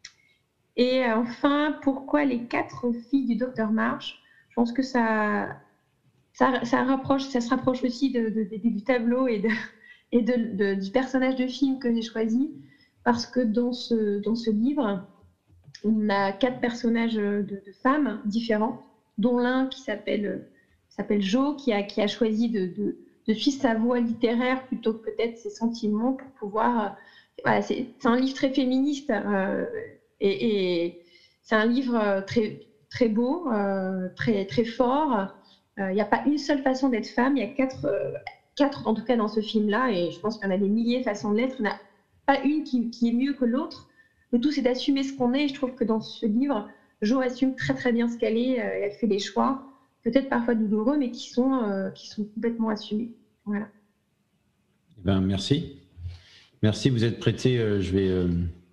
Et euh, enfin, pourquoi les quatre filles du docteur Marsh ? Je pense que ça, ça, ça, rapproche, ça se rapproche aussi de, de, de, du tableau et, de, et de, de, du personnage de film que j'ai choisi, parce que dans ce, dans ce livre, on a quatre personnages de, de femmes différentes, dont l'un qui s'appelle, s'appelle Jo, qui a, qui a choisi de, de de suivre sa voie littéraire plutôt que peut-être ses sentiments pour pouvoir... Euh, voilà, c'est, c'est un livre très féministe euh, et, et c'est un livre très, très beau, euh, très, très fort. Il euh, n'y a pas une seule façon d'être femme, il y a quatre, euh, quatre en tout cas dans ce film-là, et je pense qu'il y en a des milliers de façons d'être. Il n'y en a pas une qui, qui est mieux que l'autre. Le tout, c'est d'assumer ce qu'on est. Et je trouve que dans ce livre, Jo assume très très bien ce qu'elle est. Euh, elle fait des choix, peut-être parfois douloureux, mais qui sont, euh, qui sont complètement assumés. Voilà. Eh ben, merci. Merci, vous êtes prêté. Euh, je, vais, euh,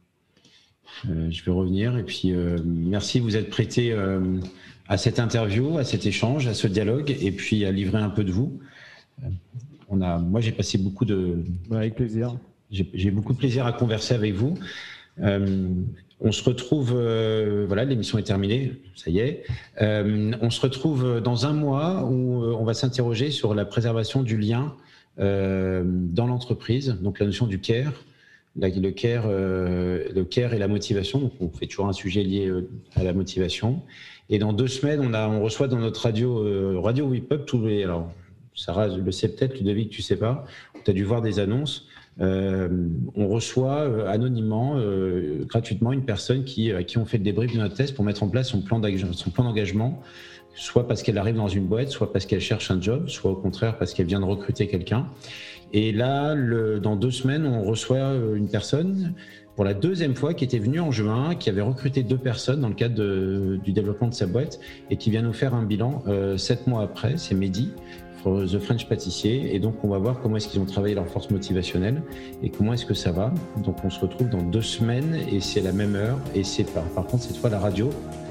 euh, je vais revenir. Et puis, euh, merci, vous êtes prêté euh, à cette interview, à cet échange, à ce dialogue, et puis à livrer un peu de vous. Euh, on a, moi, j'ai passé beaucoup de... Avec plaisir. J'ai, j'ai beaucoup de plaisir à converser avec vous. Euh, on se retrouve, euh, voilà, l'émission est terminée, ça y est. Euh, on se retrouve dans un mois où on va s'interroger sur la préservation du lien euh, dans l'entreprise, donc la notion du care, la, le care, euh, le care et la motivation. Donc on fait toujours un sujet lié à la motivation. Et dans deux semaines, on a, on reçoit dans notre radio, euh, radio Whip-Up tous les, alors Sarah le sait peut-être, Ludovic tu sais pas, tu as dû voir des annonces. Euh, on reçoit euh, anonymement, euh, gratuitement, une personne qui, à qui on fait le débrief de notre test pour mettre en place son plan, son plan d'engagement, soit parce qu'elle arrive dans une boîte, soit parce qu'elle cherche un job, soit au contraire parce qu'elle vient de recruter quelqu'un. Et là, le, dans deux semaines, on reçoit une personne pour la deuxième fois qui était venue en juin, qui avait recruté deux personnes dans le cadre de, du développement de sa boîte et qui vient nous faire un bilan euh, sept mois après. C'est Mehdi, The French Pâtissier, et donc on va voir comment est-ce qu'ils ont travaillé leur force motivationnelle et comment est-ce que ça va. Donc on se retrouve dans deux semaines et c'est la même heure et c'est par, par contre cette fois la radio